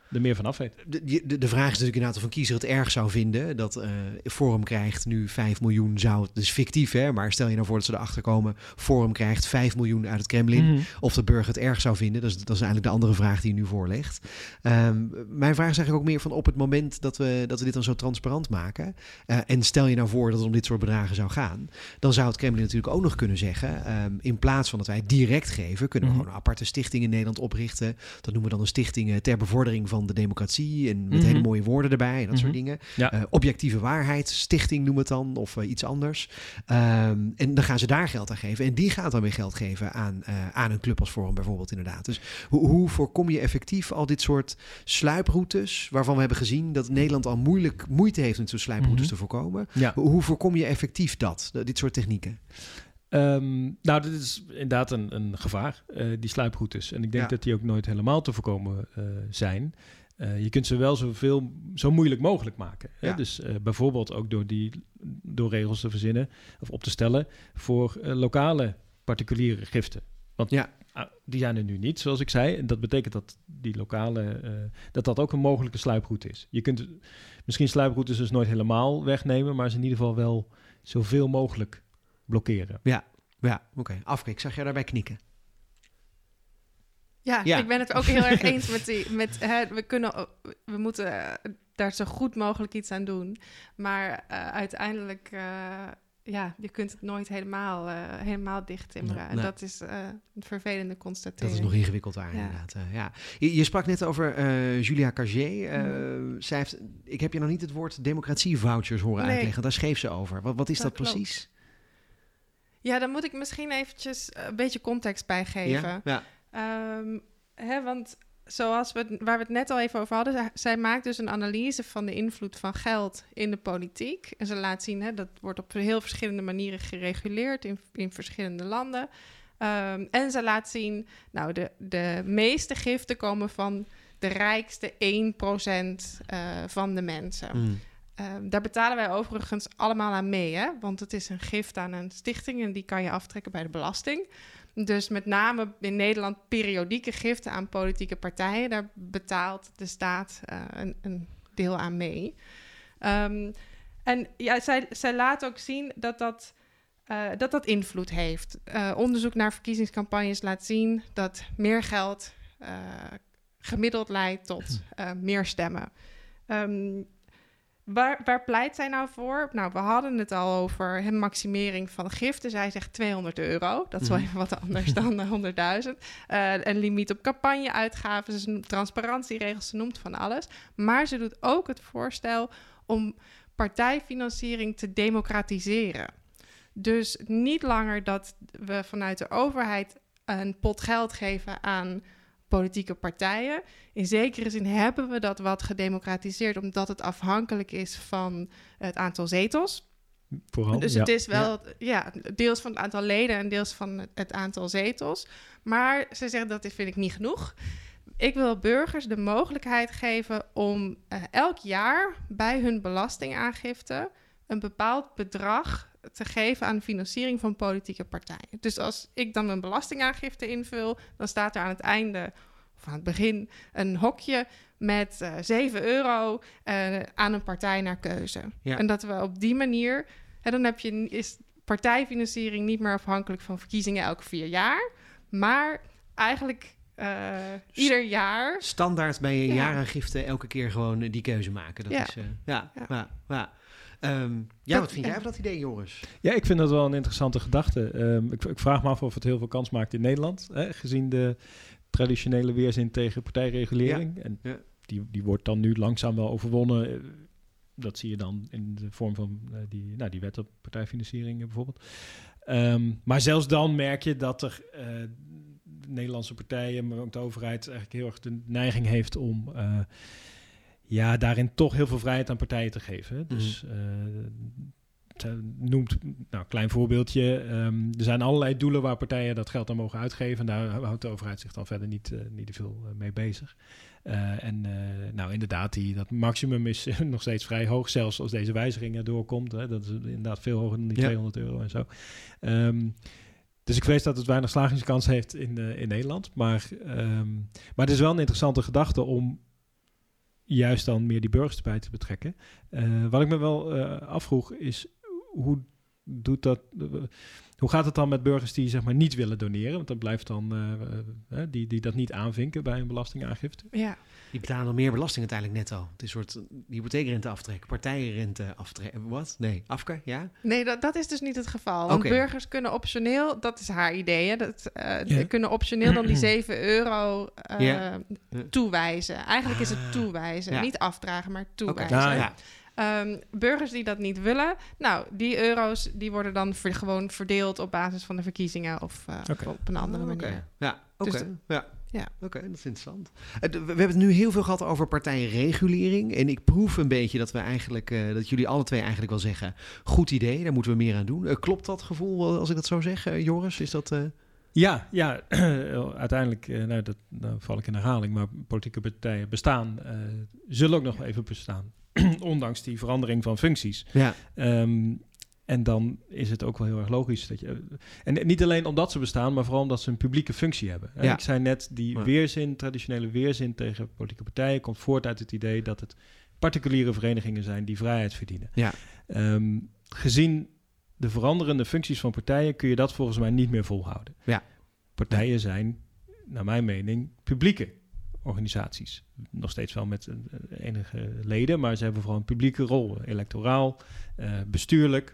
er meer van af weet. De, de, de vraag is natuurlijk inderdaad of een kiezer het erg zou vinden dat uh, Forum krijgt nu vijf miljoen, zou het, dus fictief hè, maar stel je nou voor dat ze erachter komen, Forum krijgt vijf miljoen uit het Kremlin, mm-hmm. of de burger het erg zou vinden, dat is, dat is eigenlijk de andere vraag die je nu voorlegt. Um, mijn vraag is eigenlijk ook meer van op het moment dat we, dat we dit dan zo transparant maken, uh, en stel je nou voor dat het om dit soort bedragen zou gaan, dan zou het Kremlin natuurlijk ook nog kunnen zeggen, um, in plaats van dat wij het direct geven, kunnen we mm-hmm. gewoon een aparte stichting in Nederland oprichten. Dat noemen we dan een stichting uh, ter bevordering van de democratie en met mm-hmm. hele mooie woorden erbij en dat mm-hmm. soort dingen. Ja. Uh, objectieve waarheidsstichting noemen we het dan of uh, iets anders. Um, en dan gaan ze daar geld aan geven en die gaat dan weer geld geven aan, uh, aan een club als Forum bijvoorbeeld inderdaad. Dus hoe, hoe voorkom je effectief al dit soort sluiproutes waarvan we hebben gezien dat Nederland al moeilijk moeite heeft om zo'n sluiproutes mm-hmm. te voorkomen. Ja. Hoe, hoe voorkom je effectief dat, dit soort technieken? Um, nou, dit is inderdaad een, een gevaar, uh, die sluiproutes. En ik denk ja. dat die ook nooit helemaal te voorkomen uh, zijn. Uh, je kunt ze wel zoveel, zo moeilijk mogelijk maken. Hè? Ja. Dus uh, bijvoorbeeld ook door, die, door regels te verzinnen of op te stellen voor uh, lokale particuliere giften. Want ja. uh, die zijn er nu niet, zoals ik zei. En dat betekent dat die lokale, uh, dat dat ook een mogelijke sluiproute is. Je kunt misschien sluiproutes dus nooit helemaal wegnemen, maar ze in ieder geval wel zoveel mogelijk blokkeren. Ja, ja oké. Okay. Afke, ik zag jou daarbij knikken. Ja, ja, ik ben het ook heel erg eens met die. Met, hè, we, kunnen, we moeten uh, daar zo goed mogelijk iets aan doen. Maar uh, uiteindelijk, uh, ja, je kunt het nooit helemaal, uh, helemaal dicht timmeren. Nee, nee. En dat is uh, een vervelende constatering. Dat is nog ingewikkeld daar, ja. inderdaad. Uh, ja. je, je sprak net over uh, Julia Cagé. Uh, mm. zij heeft, ik heb je nog niet het woord democratie-vouchers horen nee. uitleggen. Daar schreef ze over. Wat, wat is dat, dat precies? Ja, dan moet ik misschien eventjes een beetje context bij geven. Ja, ja. Um, hè, want zoals we, waar we het net al even over hadden, zij maakt dus een analyse van de invloed van geld in de politiek. En ze laat zien, hè, dat wordt op heel verschillende manieren gereguleerd in, in verschillende landen. Um, en ze laat zien, nou, de, de meeste giften komen van de rijkste één procent uh, van de mensen. Mm. Um, daar betalen wij overigens allemaal aan mee, hè? Want het is een gift aan een stichting en die kan je aftrekken bij de belasting. Dus met name in Nederland periodieke giften aan politieke partijen, daar betaalt de staat uh, een, een deel aan mee. Um, en ja, zij, zij laat ook zien dat dat, uh, dat, dat invloed heeft. Uh, onderzoek naar verkiezingscampagnes laat zien dat meer geld uh, gemiddeld leidt tot uh, meer stemmen. Um, Waar, waar pleit zij nou voor? Nou, we hadden het al over een maximering van giften. Zij zegt tweehonderd euro. Dat is wel even wat anders dan honderdduizend. Uh, een limiet op campagneuitgaven. Ze noemt transparantieregels, ze noemt van alles. Maar ze doet ook het voorstel om partijfinanciering te democratiseren. Dus niet langer dat we vanuit de overheid een pot geld geven aan politieke partijen. In zekere zin hebben we dat wat gedemocratiseerd, omdat het afhankelijk is van het aantal zetels. Vooral, dus ja. het is wel ja. ja, deels van het aantal leden en deels van het aantal zetels. Maar ze zegt dat vind ik niet genoeg. Ik wil burgers de mogelijkheid geven om uh, elk jaar bij hun belastingaangifte een bepaald bedrag te geven aan de financiering van politieke partijen. Dus als ik dan mijn belastingaangifte invul, dan staat er aan het einde of aan het begin een hokje met uh, zeven euro uh, aan een partij naar keuze. Ja. En dat we op die manier, hè, dan heb je, is partijfinanciering niet meer afhankelijk van verkiezingen elke vier jaar, maar eigenlijk uh, ieder jaar. Standaard bij je ja. jaaraangifte elke keer gewoon die keuze maken. Dat ja. is, uh, ja, ja. ja, ja. Um, ja, dat, wat vind jij ja. van dat idee, Joris? Ja, ik vind dat wel een interessante gedachte. Um, ik, ik vraag me af of het heel veel kans maakt in Nederland, hè, gezien de traditionele weerzin tegen partijregulering. Ja. En ja. Die, die wordt dan nu langzaam wel overwonnen. Dat zie je dan in de vorm van uh, die, nou, die wet op partijfinanciering bijvoorbeeld. Um, maar zelfs dan merk je dat er uh, Nederlandse partijen, maar ook de overheid, eigenlijk heel erg de neiging heeft om Uh, ja, daarin toch heel veel vrijheid aan partijen te geven. Dus uh, noemt, nou, klein voorbeeldje. Um, er zijn allerlei doelen waar partijen dat geld aan mogen uitgeven. En daar houdt de overheid zich dan verder niet, uh, niet veel uh, mee bezig. Uh, en uh, nou, inderdaad, die, dat maximum is uh, nog steeds vrij hoog. Zelfs als deze wijziging er doorkomt. Hè, dat is inderdaad veel hoger dan die ja. tweehonderd euro en zo. Um, Dus ik vrees dat het weinig slagingskans heeft in, uh, in Nederland. Maar, um, maar het is wel een interessante gedachte om juist dan meer die burgers erbij te betrekken. Uh, wat ik me wel uh, afvroeg is, hoe doet dat... Uh, hoe gaat het dan met burgers die zeg maar niet willen doneren? Want dat blijft dan uh, uh, die, die dat niet aanvinken bij een belastingaangifte. Ja. Die betalen nog meer belasting uiteindelijk netto. Het is een soort hypotheekrenteaftrek, partijenrenteaftrek. Wat? Nee, afke? Ja? Nee, dat, dat is dus niet het geval. Want okay. burgers kunnen optioneel, dat is haar idee, hè, dat, uh, ja. kunnen optioneel dan die zeven euro uh, ja. toewijzen. Eigenlijk is het toewijzen. Ja. Niet afdragen, maar toewijzen. Okay. Ah, ja. Um, burgers die dat niet willen, nou, die euro's die worden dan ver, gewoon verdeeld op basis van de verkiezingen of, uh, okay. of op een andere oh, okay. manier. Ja, oké. Okay. Dus ja. Ja. Oké, okay, dat is interessant. Uh, we hebben het nu heel veel gehad over partijenregulering. En ik proef een beetje dat we eigenlijk, uh, dat jullie alle twee eigenlijk wel zeggen, goed idee, daar moeten we meer aan doen. Uh, klopt dat gevoel als ik dat zo zeg, uh, Joris? Is dat... Uh... Ja, ja, uiteindelijk, uh, nou, dat, dan val ik in herhaling, maar politieke partijen bestaan, uh, zullen ook nog even bestaan. Ondanks die verandering van functies. Ja. Um, en dan is het ook wel heel erg logisch dat je... En niet alleen omdat ze bestaan, maar vooral omdat ze een publieke functie hebben. Ja. Ik zei net, die ja. weerzin, traditionele weerzin tegen politieke partijen komt voort uit het idee dat het particuliere verenigingen zijn die vrijheid verdienen. Ja. Um, gezien de veranderende functies van partijen kun je dat volgens mij niet meer volhouden. Ja. Partijen zijn, naar mijn mening, publieke organisaties. Nog steeds wel met uh, enige leden, maar ze hebben vooral een publieke rol. Electoraal, uh, bestuurlijk.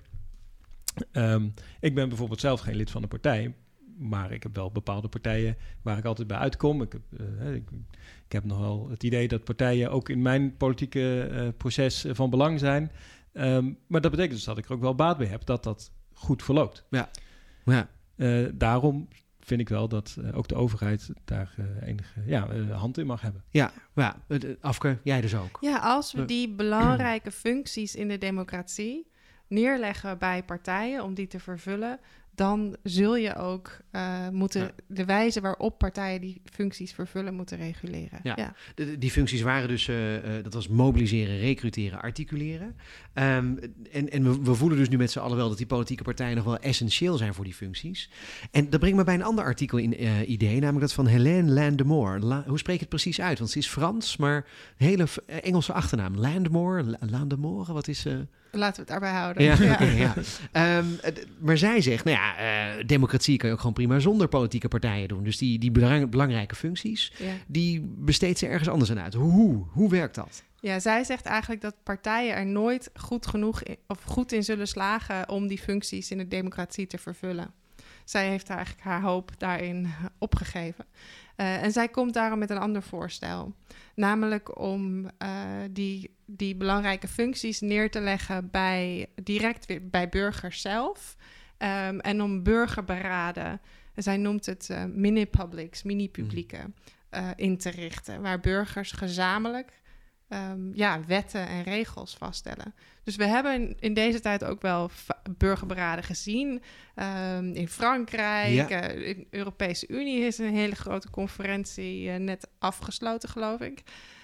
Um, ik ben bijvoorbeeld zelf geen lid van een partij, maar ik heb wel bepaalde partijen waar ik altijd bij uitkom. Ik heb, uh, ik, ik heb nog wel het idee dat partijen ook in mijn politieke uh, proces uh, van belang zijn. Um, maar dat betekent dus dat ik er ook wel baat bij heb dat dat goed verloopt. Ja. Ja. Uh, daarom vind ik wel dat uh, ook de overheid daar uh, enige ja, uh, hand in mag hebben. Ja, ja. Afke, jij dus ook. Ja, als we die belangrijke functies in de democratie neerleggen bij partijen om die te vervullen, dan zul je ook uh, moeten ja. de wijze waarop partijen die functies vervullen moeten reguleren. Ja, ja. De, die functies waren dus, uh, uh, dat was mobiliseren, recruteren, articuleren. Um, en en we, we voelen dus nu met z'n allen wel dat die politieke partijen nog wel essentieel zijn voor die functies. En dat brengt me bij een ander artikel in uh, idee, namelijk dat van Hélène Landemore. La, hoe spreek je het precies uit? Want ze is Frans, maar een hele Engelse achternaam. Landemore, La, Landemore, wat is... Uh... Laten we het daarbij houden. Ja, ja. Okay, ja. Um, maar zij zegt, nou ja, uh, democratie kan je ook gewoon prima zonder politieke partijen doen. Dus die, die belang, belangrijke functies, ja. die besteedt ze ergens anders aan uit. Hoe, hoe werkt dat? Ja, zij zegt eigenlijk dat partijen er nooit goed genoeg in, of goed in zullen slagen om die functies in de democratie te vervullen. Zij heeft eigenlijk haar hoop daarin opgegeven. Uh, en zij komt daarom met een ander voorstel. Namelijk om uh, die, die belangrijke functies neer te leggen bij, direct weer bij burgers zelf. Um, en om burgerberaden, zij noemt het uh, mini-publics, mini-publieken, uh, in te richten. Waar burgers gezamenlijk um, ja, wetten en regels vaststellen. Dus we hebben in, in deze tijd ook wel va- burgerberaden gezien. Um, in Frankrijk, ja. uh, in de Europese Unie is een hele grote conferentie uh, net afgesloten, geloof ik.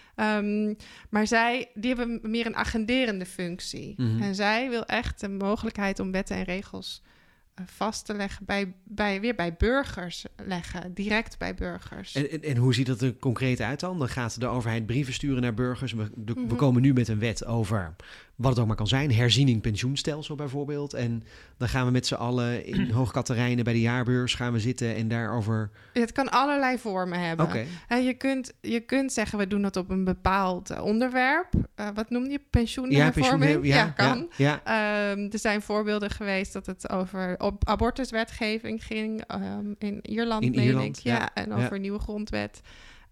Um, maar zij, die hebben meer een agenderende functie. Mm-hmm. En zij wil echt de mogelijkheid om wetten en regels uh, vast te leggen, bij, bij, weer bij burgers leggen, direct bij burgers. En, en, en hoe ziet dat er concreet uit dan? Dan gaat de overheid brieven sturen naar burgers. We, de, mm-hmm. we komen nu met een wet over wat het ook maar kan zijn. Herziening pensioenstelsel bijvoorbeeld. En dan gaan we met z'n allen in Hoogkaterijnen bij de jaarbeurs gaan we zitten en daarover... Het kan allerlei vormen hebben. Okay. Uh, je, kunt, je kunt zeggen, we doen dat op een bepaald uh, onderwerp. Uh, wat noem je? Pensioenhervorming? Ja, pensioen, ja, ja, kan. Ja, ja. Um, er zijn voorbeelden geweest dat het over op abortuswetgeving ging. Um, in Ierland, in meen Ierland, ik. Ja, ja, en over ja. een nieuwe grondwet.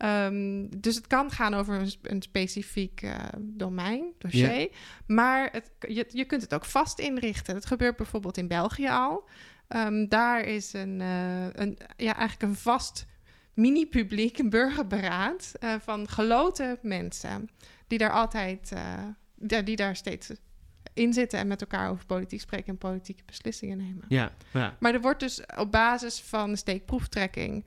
Um, dus het kan gaan over een, een specifiek uh, domein, dossier. Ja. Maar het, je, je kunt het ook vast inrichten. Dat gebeurt bijvoorbeeld in België al. Um, daar is een, uh, een, ja, eigenlijk een vast mini-publiek, een burgerberaad uh, van geloten mensen. Die daar altijd, uh, die daar steeds in zitten en met elkaar over politiek spreken en politieke beslissingen nemen. Ja, ja. Maar er wordt dus op basis van steekproeftrekking...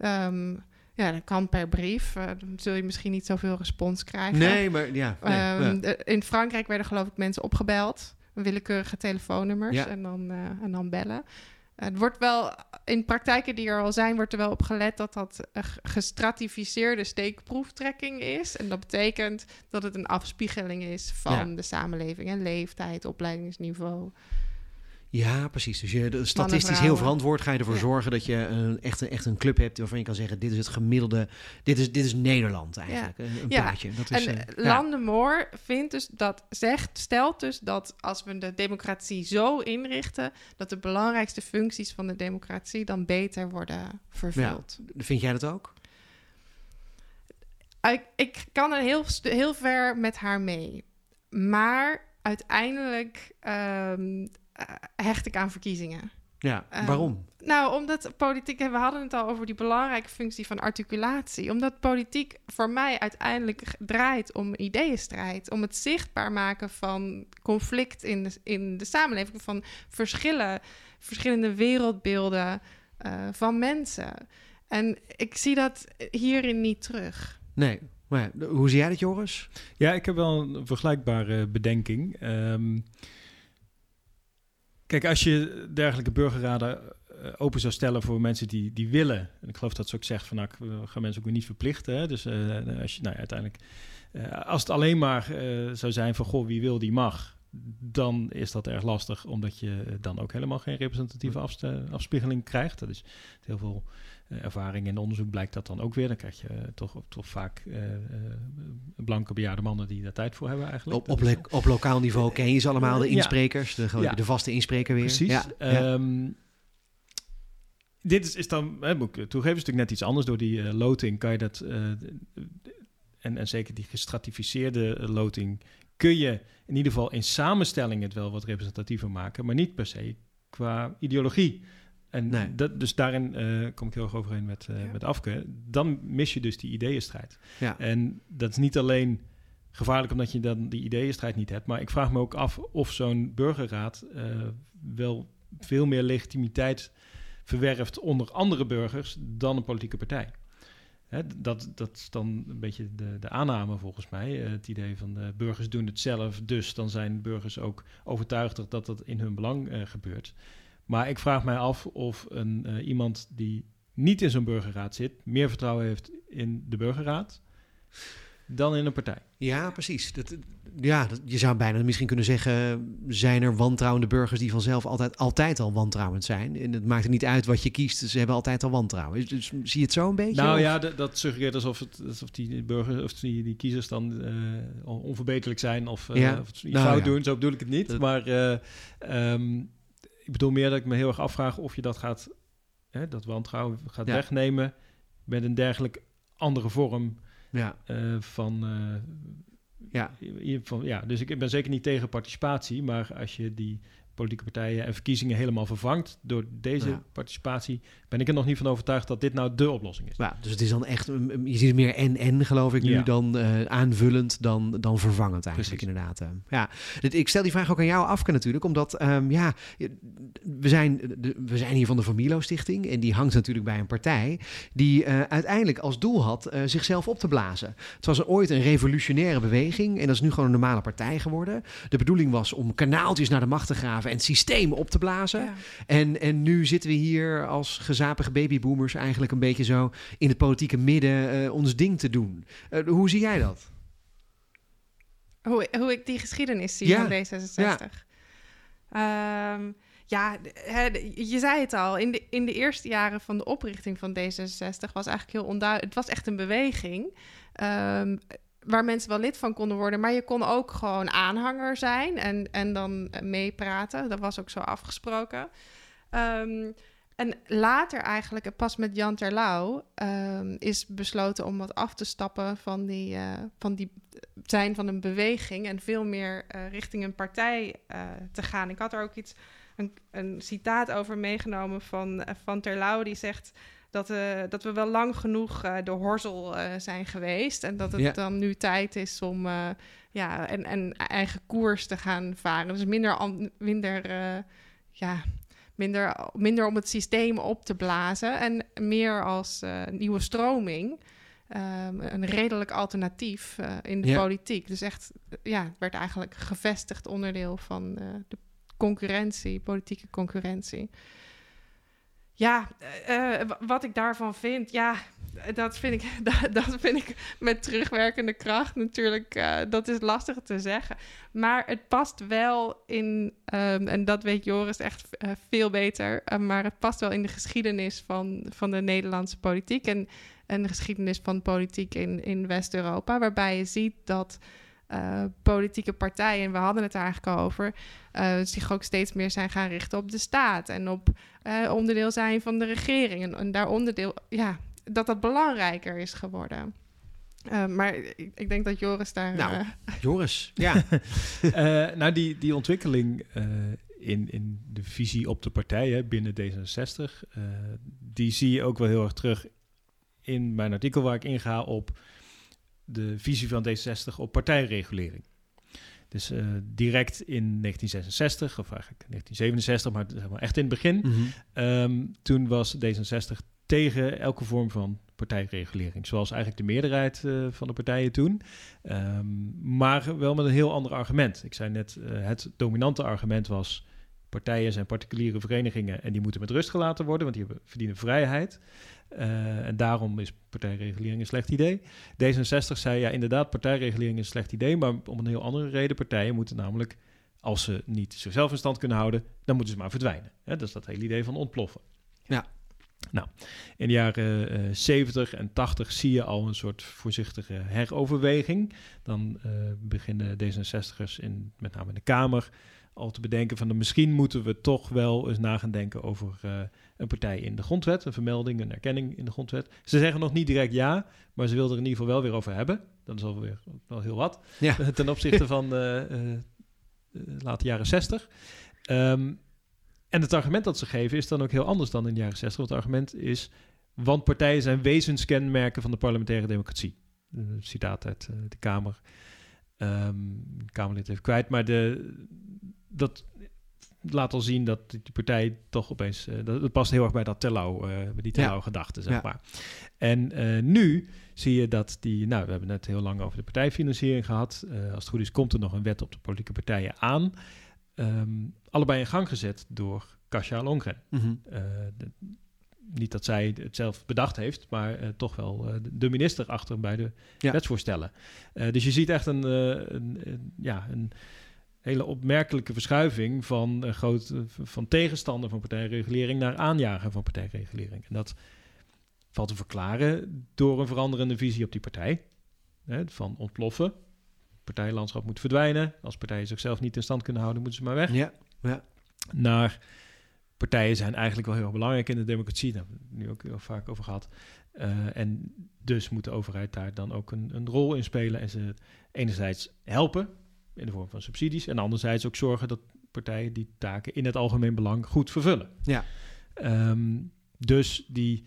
Um, Ja, dat kan per brief. Uh, dan zul je misschien niet zoveel respons krijgen. Nee, maar ja. Nee, um, ja. In Frankrijk werden geloof ik mensen opgebeld. Willekeurige telefoonnummers. Ja. En, dan, uh, en dan bellen. Het wordt wel, in praktijken die er al zijn, wordt er wel op gelet dat dat een gestratificeerde steekproeftrekking is. En dat betekent dat het een afspiegeling is van ja. de samenleving en leeftijd, opleidingsniveau. Ja, precies. Dus je de, statistisch heel verantwoord ga je ervoor ja. zorgen dat je een, echt, een, echt een club hebt waarvan je kan zeggen, dit is het gemiddelde, dit is, dit is Nederland eigenlijk, ja. een, een ja. plaatje. Dat is, en uh, Landemoor ja. vindt dus dat, zegt, stelt dus dat als we de democratie zo inrichten, dat de belangrijkste functies van de democratie dan beter worden vervuld. Ja. Vind jij dat ook? Ik, ik kan er heel, heel ver met haar mee. Maar uiteindelijk Um, Uh, hecht ik aan verkiezingen. Ja, waarom? Um, nou, omdat politiek, we hadden het al over die belangrijke functie van articulatie. Omdat politiek voor mij uiteindelijk draait om ideeënstrijd. Om het zichtbaar maken van conflict in de, in de samenleving. Van verschillen, verschillende wereldbeelden uh, van mensen. En ik zie dat hierin niet terug. Nee, maar hoe zie jij dat, Joris? Ja, ik heb wel een vergelijkbare bedenking. Um, Kijk, als je dergelijke burgerraden uh, open zou stellen voor mensen die, die willen... en ik geloof dat ze ook zegt van, nou, we gaan mensen ook weer niet verplichten. Hè? Dus uh, als je, nou, uiteindelijk, uh, als het alleen maar uh, zou zijn van, goh, wie wil, die mag... dan is dat erg lastig, omdat je dan ook helemaal geen representatieve afst- afspiegeling krijgt. Dat is heel veel uh, ervaring in onderzoek blijkt dat dan ook weer. Dan krijg je uh, toch, toch vaak uh, uh, blanke bejaarde mannen die daar tijd voor hebben eigenlijk. Op, op, le- op lokaal niveau ken je ze allemaal, de insprekers, de, ja. de vaste inspreker weer. Precies. Ja. Um, dit is, is dan, hè, moet ik toegeven, is natuurlijk net iets anders. Door die uh, loting kan je dat, uh, en, en zeker die gestratificeerde uh, loting, kun je in ieder geval in samenstelling het wel wat representatiever maken, maar niet per se qua ideologie. En nee. dat, dus daarin uh, kom ik heel erg overeen met, uh, ja. met Afke. Dan mis je dus die ideeënstrijd. Ja. En dat is niet alleen gevaarlijk omdat je dan die ideeënstrijd niet hebt, maar ik vraag me ook af of zo'n burgerraad uh, wel veel meer legitimiteit verwerft onder andere burgers dan een politieke partij. Hè, dat, dat is dan een beetje de, de aanname volgens mij. Uh, het idee van de burgers doen het zelf, dus dan zijn burgers ook overtuigd dat dat in hun belang uh, gebeurt. Maar ik vraag mij af of een, uh, iemand die niet in zo'n burgerraad zit, meer vertrouwen heeft in de burgerraad dan in een partij. Ja, precies. Dat, ja, dat, je zou bijna misschien kunnen zeggen, zijn er wantrouwende burgers die vanzelf altijd, altijd al wantrouwend zijn? En het maakt er niet uit wat je kiest, ze hebben altijd al wantrouwen. Dus, zie je het zo een beetje? Nou of? ja, d- dat suggereert alsof, het, alsof die burgers of die, die kiezers dan uh, onverbeterlijk zijn of, uh, ja. of iets nou, fout ja. doen. Zo bedoel ik het niet. Dat... Maar uh, um, ik bedoel meer dat ik me heel erg afvraag of je dat gaat, hè, dat wantrouwen gaat ja. wegnemen met een dergelijke andere vorm. Ja. Uh, van, uh, ja. van, ja, dus ik ben zeker niet tegen participatie, maar als je die politieke partijen en verkiezingen helemaal vervangt door deze ja. participatie, ben ik er nog niet van overtuigd dat dit nou de oplossing is. Ja, dus het is dan echt, je ziet het meer en-en geloof ik nu, ja. dan uh, aanvullend dan, dan vervangend eigenlijk. Precies. Inderdaad. Uh, ja. Ik stel die vraag ook aan jou, Afke, natuurlijk, omdat um, ja, we zijn, de, we zijn hier van de Van Milo Stichting en die hangt natuurlijk bij een partij die uh, uiteindelijk als doel had uh, zichzelf op te blazen. Het was ooit een revolutionaire beweging en dat is nu gewoon een normale partij geworden. De bedoeling was om kanaaltjes naar de macht te graven en het systeem op te blazen. Ja. En, en nu zitten we hier als gezapige babyboomers eigenlijk een beetje zo in het politieke midden uh, ons ding te doen. Uh, hoe zie jij dat? Hoe, hoe ik die geschiedenis zie ja. van D zesenzestig. Ja. Um, ja, je zei het al. In de, in de eerste jaren van de oprichting van D zesenzestig was eigenlijk heel onduidelijk. Het was echt een beweging. Um, waar mensen wel lid van konden worden, maar je kon ook gewoon aanhanger zijn en, en dan meepraten. Dat was ook zo afgesproken. Um, en later eigenlijk, pas met Jan Terlouw, um, is besloten om wat af te stappen van die, uh, van die zijn van een beweging en veel meer uh, richting een partij uh, te gaan. Ik had er ook iets, een, een citaat over meegenomen van, uh, van Terlouw, die zegt dat, uh, dat we wel lang genoeg uh, de horzel uh, zijn geweest en dat het ja. dan nu tijd is om uh, ja, een, een eigen koers te gaan varen. Dus minder, minder, uh, ja, minder, minder om het systeem op te blazen en meer als uh, nieuwe stroming. Um, een redelijk alternatief uh, in de ja. politiek. Dus echt, ja, het werd eigenlijk gevestigd onderdeel van uh, de concurrentie, politieke concurrentie. Ja, uh, wat ik daarvan vind, ja, dat vind ik, dat, dat vind ik met terugwerkende kracht natuurlijk, uh, dat is lastig te zeggen. Maar het past wel in, um, en dat weet Joris echt uh, veel beter, uh, maar het past wel in de geschiedenis van, van de Nederlandse politiek en, en de geschiedenis van politiek in, in West-Europa, waarbij je ziet dat Uh, politieke partijen, en we hadden het daar eigenlijk al over, uh, zich ook steeds meer zijn gaan richten op de staat en op uh, onderdeel zijn van de regering. En, en daar onderdeel, ja, dat dat belangrijker is geworden. Uh, maar ik, ik denk dat Joris daar... Nou, uh, Joris, ja. uh, nou, die, die ontwikkeling uh, in, in de visie op de partijen binnen D zesenzestig, uh, die zie je ook wel heel erg terug in mijn artikel waar ik inga op de visie van D zesenzestig op partijregulering. Dus uh, direct in negentien zesenzestig, of eigenlijk negentien zevenenzestig, maar, zeg maar echt in het begin. Mm-hmm. Um, toen was D zesenzestig tegen elke vorm van partijregulering. Zoals eigenlijk de meerderheid uh, van de partijen toen. Um, maar wel met een heel ander argument. Ik zei net, uh, het dominante argument was: partijen zijn particuliere verenigingen en die moeten met rust gelaten worden, want die hebben, verdienen vrijheid. Uh, en daarom is partijregulering een slecht idee. D zesenzestig zei, ja inderdaad, partijregulering is een slecht idee, maar om een heel andere reden. Partijen moeten namelijk, als ze niet zichzelf in stand kunnen houden, dan moeten ze maar verdwijnen. Hè, dat is dat hele idee van ontploffen. Ja. Nou, in de jaren uh, zeventig en tachtig zie je al een soort voorzichtige heroverweging. Dan uh, beginnen D zesenzestigers in, met name in de Kamer, al te bedenken van, misschien moeten we toch wel eens na gaan denken over uh, een partij in de grondwet, een vermelding, een erkenning in de grondwet. Ze zeggen nog niet direct ja, maar ze wilden er in ieder geval wel weer over hebben. Dat is alweer wel heel wat, ja. ten opzichte van uh, uh, late jaren zestig. Um, en het argument dat ze geven is dan ook heel anders dan in de jaren zestig. Want het argument is, want partijen zijn wezenskenmerken van de parlementaire democratie. Een citaat uit uh, de Kamer. Um, de Kamerlid even kwijt, maar de, dat laat al zien dat die partij toch opeens, uh, dat, dat past heel erg bij dat Terlouw, uh, bij die Terlouw-gedachte, zeg ja. maar. En uh, nu zie je dat die, nou, we hebben net heel lang over de partijfinanciering gehad. Uh, als het goed is, komt er nog een wet op de politieke partijen aan. Um, allebei in gang gezet door Kasia Longren. Mm-hmm. Uh, de, niet dat zij het zelf bedacht heeft, maar uh, toch wel uh, de minister achter bij de ja. wetsvoorstellen. Uh, dus je ziet echt een, uh, een, een, ja, een hele opmerkelijke verschuiving van, uh, groot, uh, van tegenstander van partijregulering naar aanjager van partijregulering. En dat valt te verklaren door een veranderende visie op die partij. Hè, van ontploffen. Partijlandschap moet verdwijnen. Als partijen zichzelf niet in stand kunnen houden, moeten ze maar weg. Ja, ja. Naar partijen zijn eigenlijk wel heel erg belangrijk in de democratie. Daar hebben we het nu ook heel vaak over gehad. Uh, en dus moet de overheid daar dan ook een, een rol in spelen. En ze enerzijds helpen in de vorm van subsidies. En anderzijds ook zorgen dat partijen die taken in het algemeen belang goed vervullen. Ja. Um, dus die,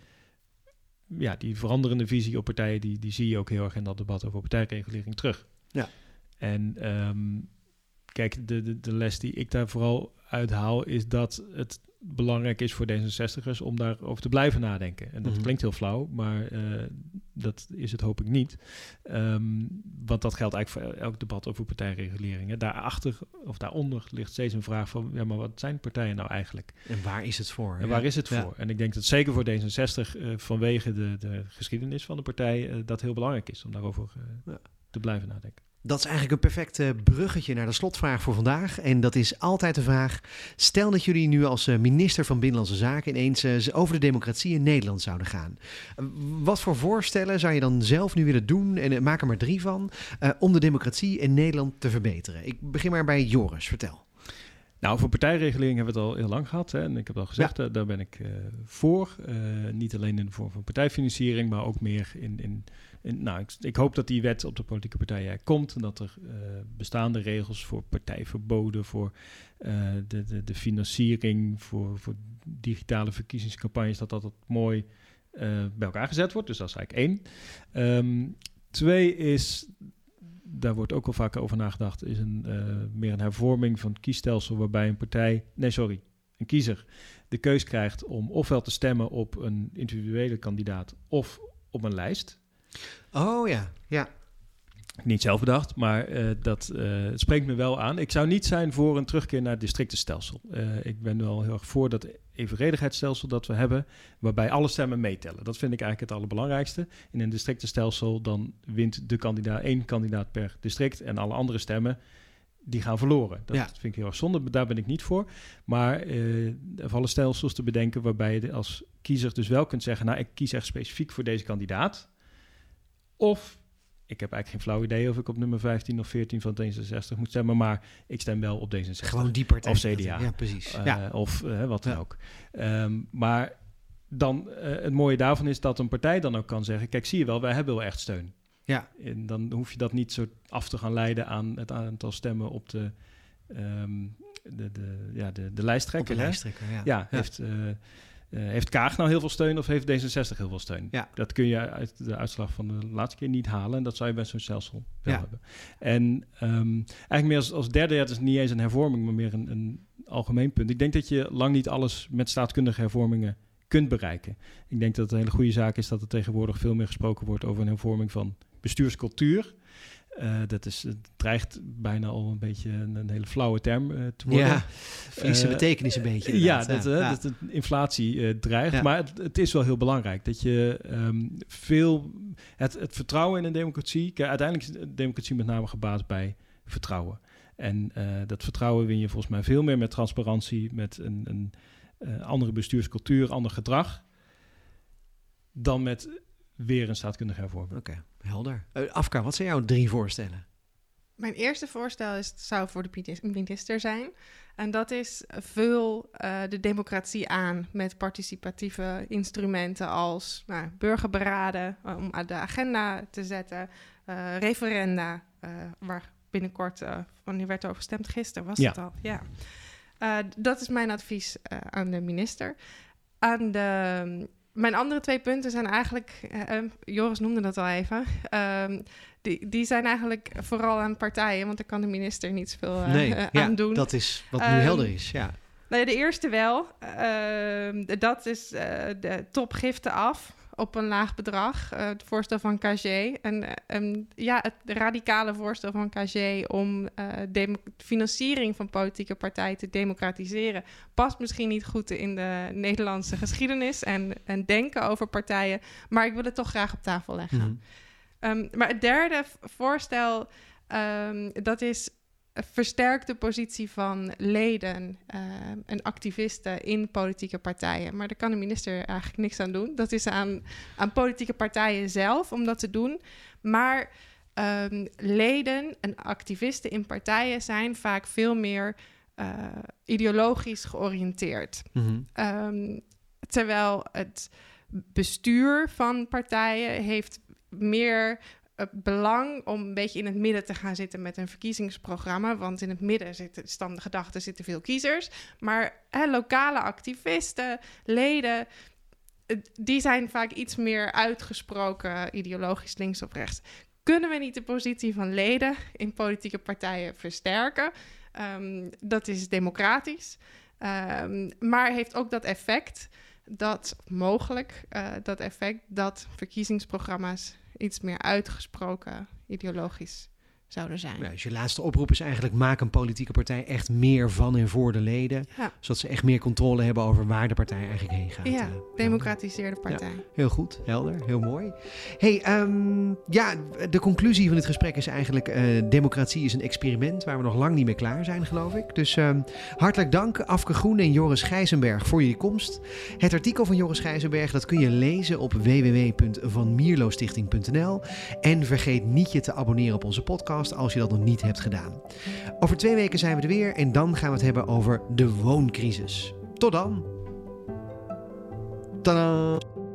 ja, die veranderende visie op partijen, die, die zie je ook heel erg in dat debat over partijregulering terug. Ja. En um, kijk, de, de, de les die ik daar vooral uithaal is dat het belangrijk is voor D zesenzestigers om daarover te blijven nadenken. En dat mm-hmm. klinkt heel flauw, maar uh, dat is het hoop ik niet. Um, want dat geldt eigenlijk voor elk debat over partijreguleringen. Daarachter of daaronder ligt steeds een vraag van, ja, maar wat zijn partijen nou eigenlijk? En waar is het voor? En ja. waar is het voor? Ja. En ik denk dat zeker voor D zesenzestig uh, vanwege de, de geschiedenis van de partij uh, dat heel belangrijk is om daarover uh, ja. te blijven nadenken. Dat is eigenlijk een perfect uh, bruggetje naar de slotvraag voor vandaag. En dat is altijd de vraag: stel dat jullie nu als uh, minister van Binnenlandse Zaken ineens uh, over de democratie in Nederland zouden gaan. Uh, wat voor voorstellen zou je dan zelf nu willen doen, en uh, maak er maar drie van, uh, om de democratie in Nederland te verbeteren? Ik begin maar bij Joris, vertel. Nou, voor partijregulering hebben we het al heel lang gehad. Hè? En ik heb al gezegd, ja. uh, daar ben ik uh, voor. Uh, niet alleen in de vorm van partijfinanciering, maar ook meer in... in En, nou, ik, ik hoop dat die wet op de politieke partijen er komt en dat er uh, bestaande regels voor partijverboden, voor uh, de, de, de financiering, voor, voor digitale verkiezingscampagnes, dat dat, dat mooi uh, bij elkaar gezet wordt. Dus dat is eigenlijk één. Um, twee is, daar wordt ook al vaker over nagedacht, is een, uh, meer een hervorming van het kiesstelsel waarbij een partij, nee sorry, een kiezer de keus krijgt om ofwel te stemmen op een individuele kandidaat of op een lijst. Oh ja, ja. Niet zelf bedacht, maar uh, dat uh, spreekt me wel aan. Ik zou niet zijn voor een terugkeer naar het districtenstelsel. Uh, ik ben wel heel erg voor dat evenredigheidsstelsel dat we hebben, waarbij alle stemmen meetellen. Dat vind ik eigenlijk het allerbelangrijkste. In een districtenstelsel dan wint de kandidaat één kandidaat per district en alle andere stemmen die gaan verloren. Dat ja. vind ik heel erg zonde, daar ben ik niet voor. Maar uh, er vallen stelsels te bedenken waarbij je als kiezer dus wel kunt zeggen, nou, ik kies echt specifiek voor deze kandidaat. Of ik heb eigenlijk geen flauw idee of ik op nummer vijftien of veertien van D zesenzestig moet stemmen, maar ik stem wel op D zesenzestig. Gewoon die partij. Of C D A. Ja, precies. Uh, ja. Of uh, wat dan ja. ook. Um, maar dan, uh, het mooie daarvan is dat een partij dan ook kan zeggen, kijk, zie je wel, wij hebben wel echt steun. Ja. En dan hoef je dat niet zo af te gaan leiden aan het aantal stemmen op de, um, de, de, ja, de, de lijsttrekker. Op de lijsttrekker, ja. Ja, ja. Heeft, uh, uh, heeft Kaag nou heel veel steun of heeft D zesenzestig heel veel steun? Ja. Dat kun je uit de uitslag van de laatste keer niet halen. En dat zou je bij zo'n stelsel wel ja. hebben. En um, eigenlijk meer als, als derde, ja, het is niet eens een hervorming, maar meer een, een algemeen punt. Ik denk dat je lang niet alles met staatkundige hervormingen kunt bereiken. Ik denk dat het een hele goede zaak is dat er tegenwoordig veel meer gesproken wordt over een hervorming van bestuurscultuur. Uh, dat is, het dreigt bijna al een beetje een, een hele flauwe term uh, te worden. Ja, verliest de uh, betekenis een beetje. Ja, dat, ja. Uh, ja. dat de inflatie uh, dreigt. Ja. Maar het, het is wel heel belangrijk dat je um, veel... Het, het vertrouwen in een democratie... Kijk, uiteindelijk is de democratie met name gebaseerd bij vertrouwen. En uh, dat vertrouwen win je volgens mij veel meer met transparantie, met een, een uh, andere bestuurscultuur, ander gedrag, dan met weer een staatkundige hervorming. Oké, okay, helder. Uh, Afka, wat zijn jouw drie voorstellen? Mijn eerste voorstel is, zou voor de minister zijn. En dat is vul uh, de democratie aan met participatieve instrumenten als nou, burgerberaden uh, om aan de agenda te zetten, uh, referenda, uh, waar binnenkort, uh, wanneer werd er over gestemd? Gisteren was ja. het al. Ja. Uh, dat is mijn advies uh, aan de minister. Aan de... Mijn andere twee punten zijn eigenlijk, uh, Joris noemde dat al even, uh, die, die zijn eigenlijk vooral aan partijen, want daar kan de minister niet zoveel uh, nee, uh, ja, aan doen. Dat is wat nu um, helder is, ja. Nou ja, de eerste wel, uh, dat is uh, de topgiften af op een laag bedrag, uh, het voorstel van Cagé. En um, ja, het radicale voorstel van Cagé om uh, de financiering van politieke partijen te democratiseren past misschien niet goed in de Nederlandse geschiedenis en, en denken over partijen, maar ik wil het toch graag op tafel leggen. Mm-hmm. Um, maar het derde voorstel, um, dat is versterkt de positie van leden uh, en activisten in politieke partijen. Maar daar kan de minister eigenlijk niks aan doen. Dat is aan, aan politieke partijen zelf om dat te doen. Maar um, leden en activisten in partijen zijn vaak veel meer uh, ideologisch georiënteerd. Mm-hmm. Um, terwijl het bestuur van partijen heeft meer het belang om een beetje in het midden te gaan zitten met een verkiezingsprogramma. Want in het midden zitten, stand de gedachten, zitten veel kiezers. Maar hè, lokale activisten, leden, die zijn vaak iets meer uitgesproken ideologisch links of rechts. Kunnen we niet de positie van leden in politieke partijen versterken? Um, dat is democratisch. Um, maar heeft ook dat effect, dat mogelijk, uh, dat effect dat verkiezingsprogramma's iets meer uitgesproken ideologisch zouden zijn. Ja, dus je laatste oproep is eigenlijk, maak een politieke partij echt meer van en voor de leden. Ja. Zodat ze echt meer controle hebben over waar de partij eigenlijk heen gaat. Ja, democratiseerde partij. Ja, heel goed, helder, heel mooi. Hey, um, ja, de conclusie van dit gesprek is eigenlijk, uh, democratie is een experiment waar we nog lang niet mee klaar zijn, geloof ik. Dus um, hartelijk dank Afke Groen en Joris Gijzenberg voor jullie komst. Het artikel van Joris Gijzenberg, dat kun je lezen op w w w punt van mierlo stichting punt n l. En vergeet niet je te abonneren op onze podcast als je dat nog niet hebt gedaan. Over twee weken zijn we er weer en dan gaan we het hebben over de wooncrisis. Tot dan! Tadaa!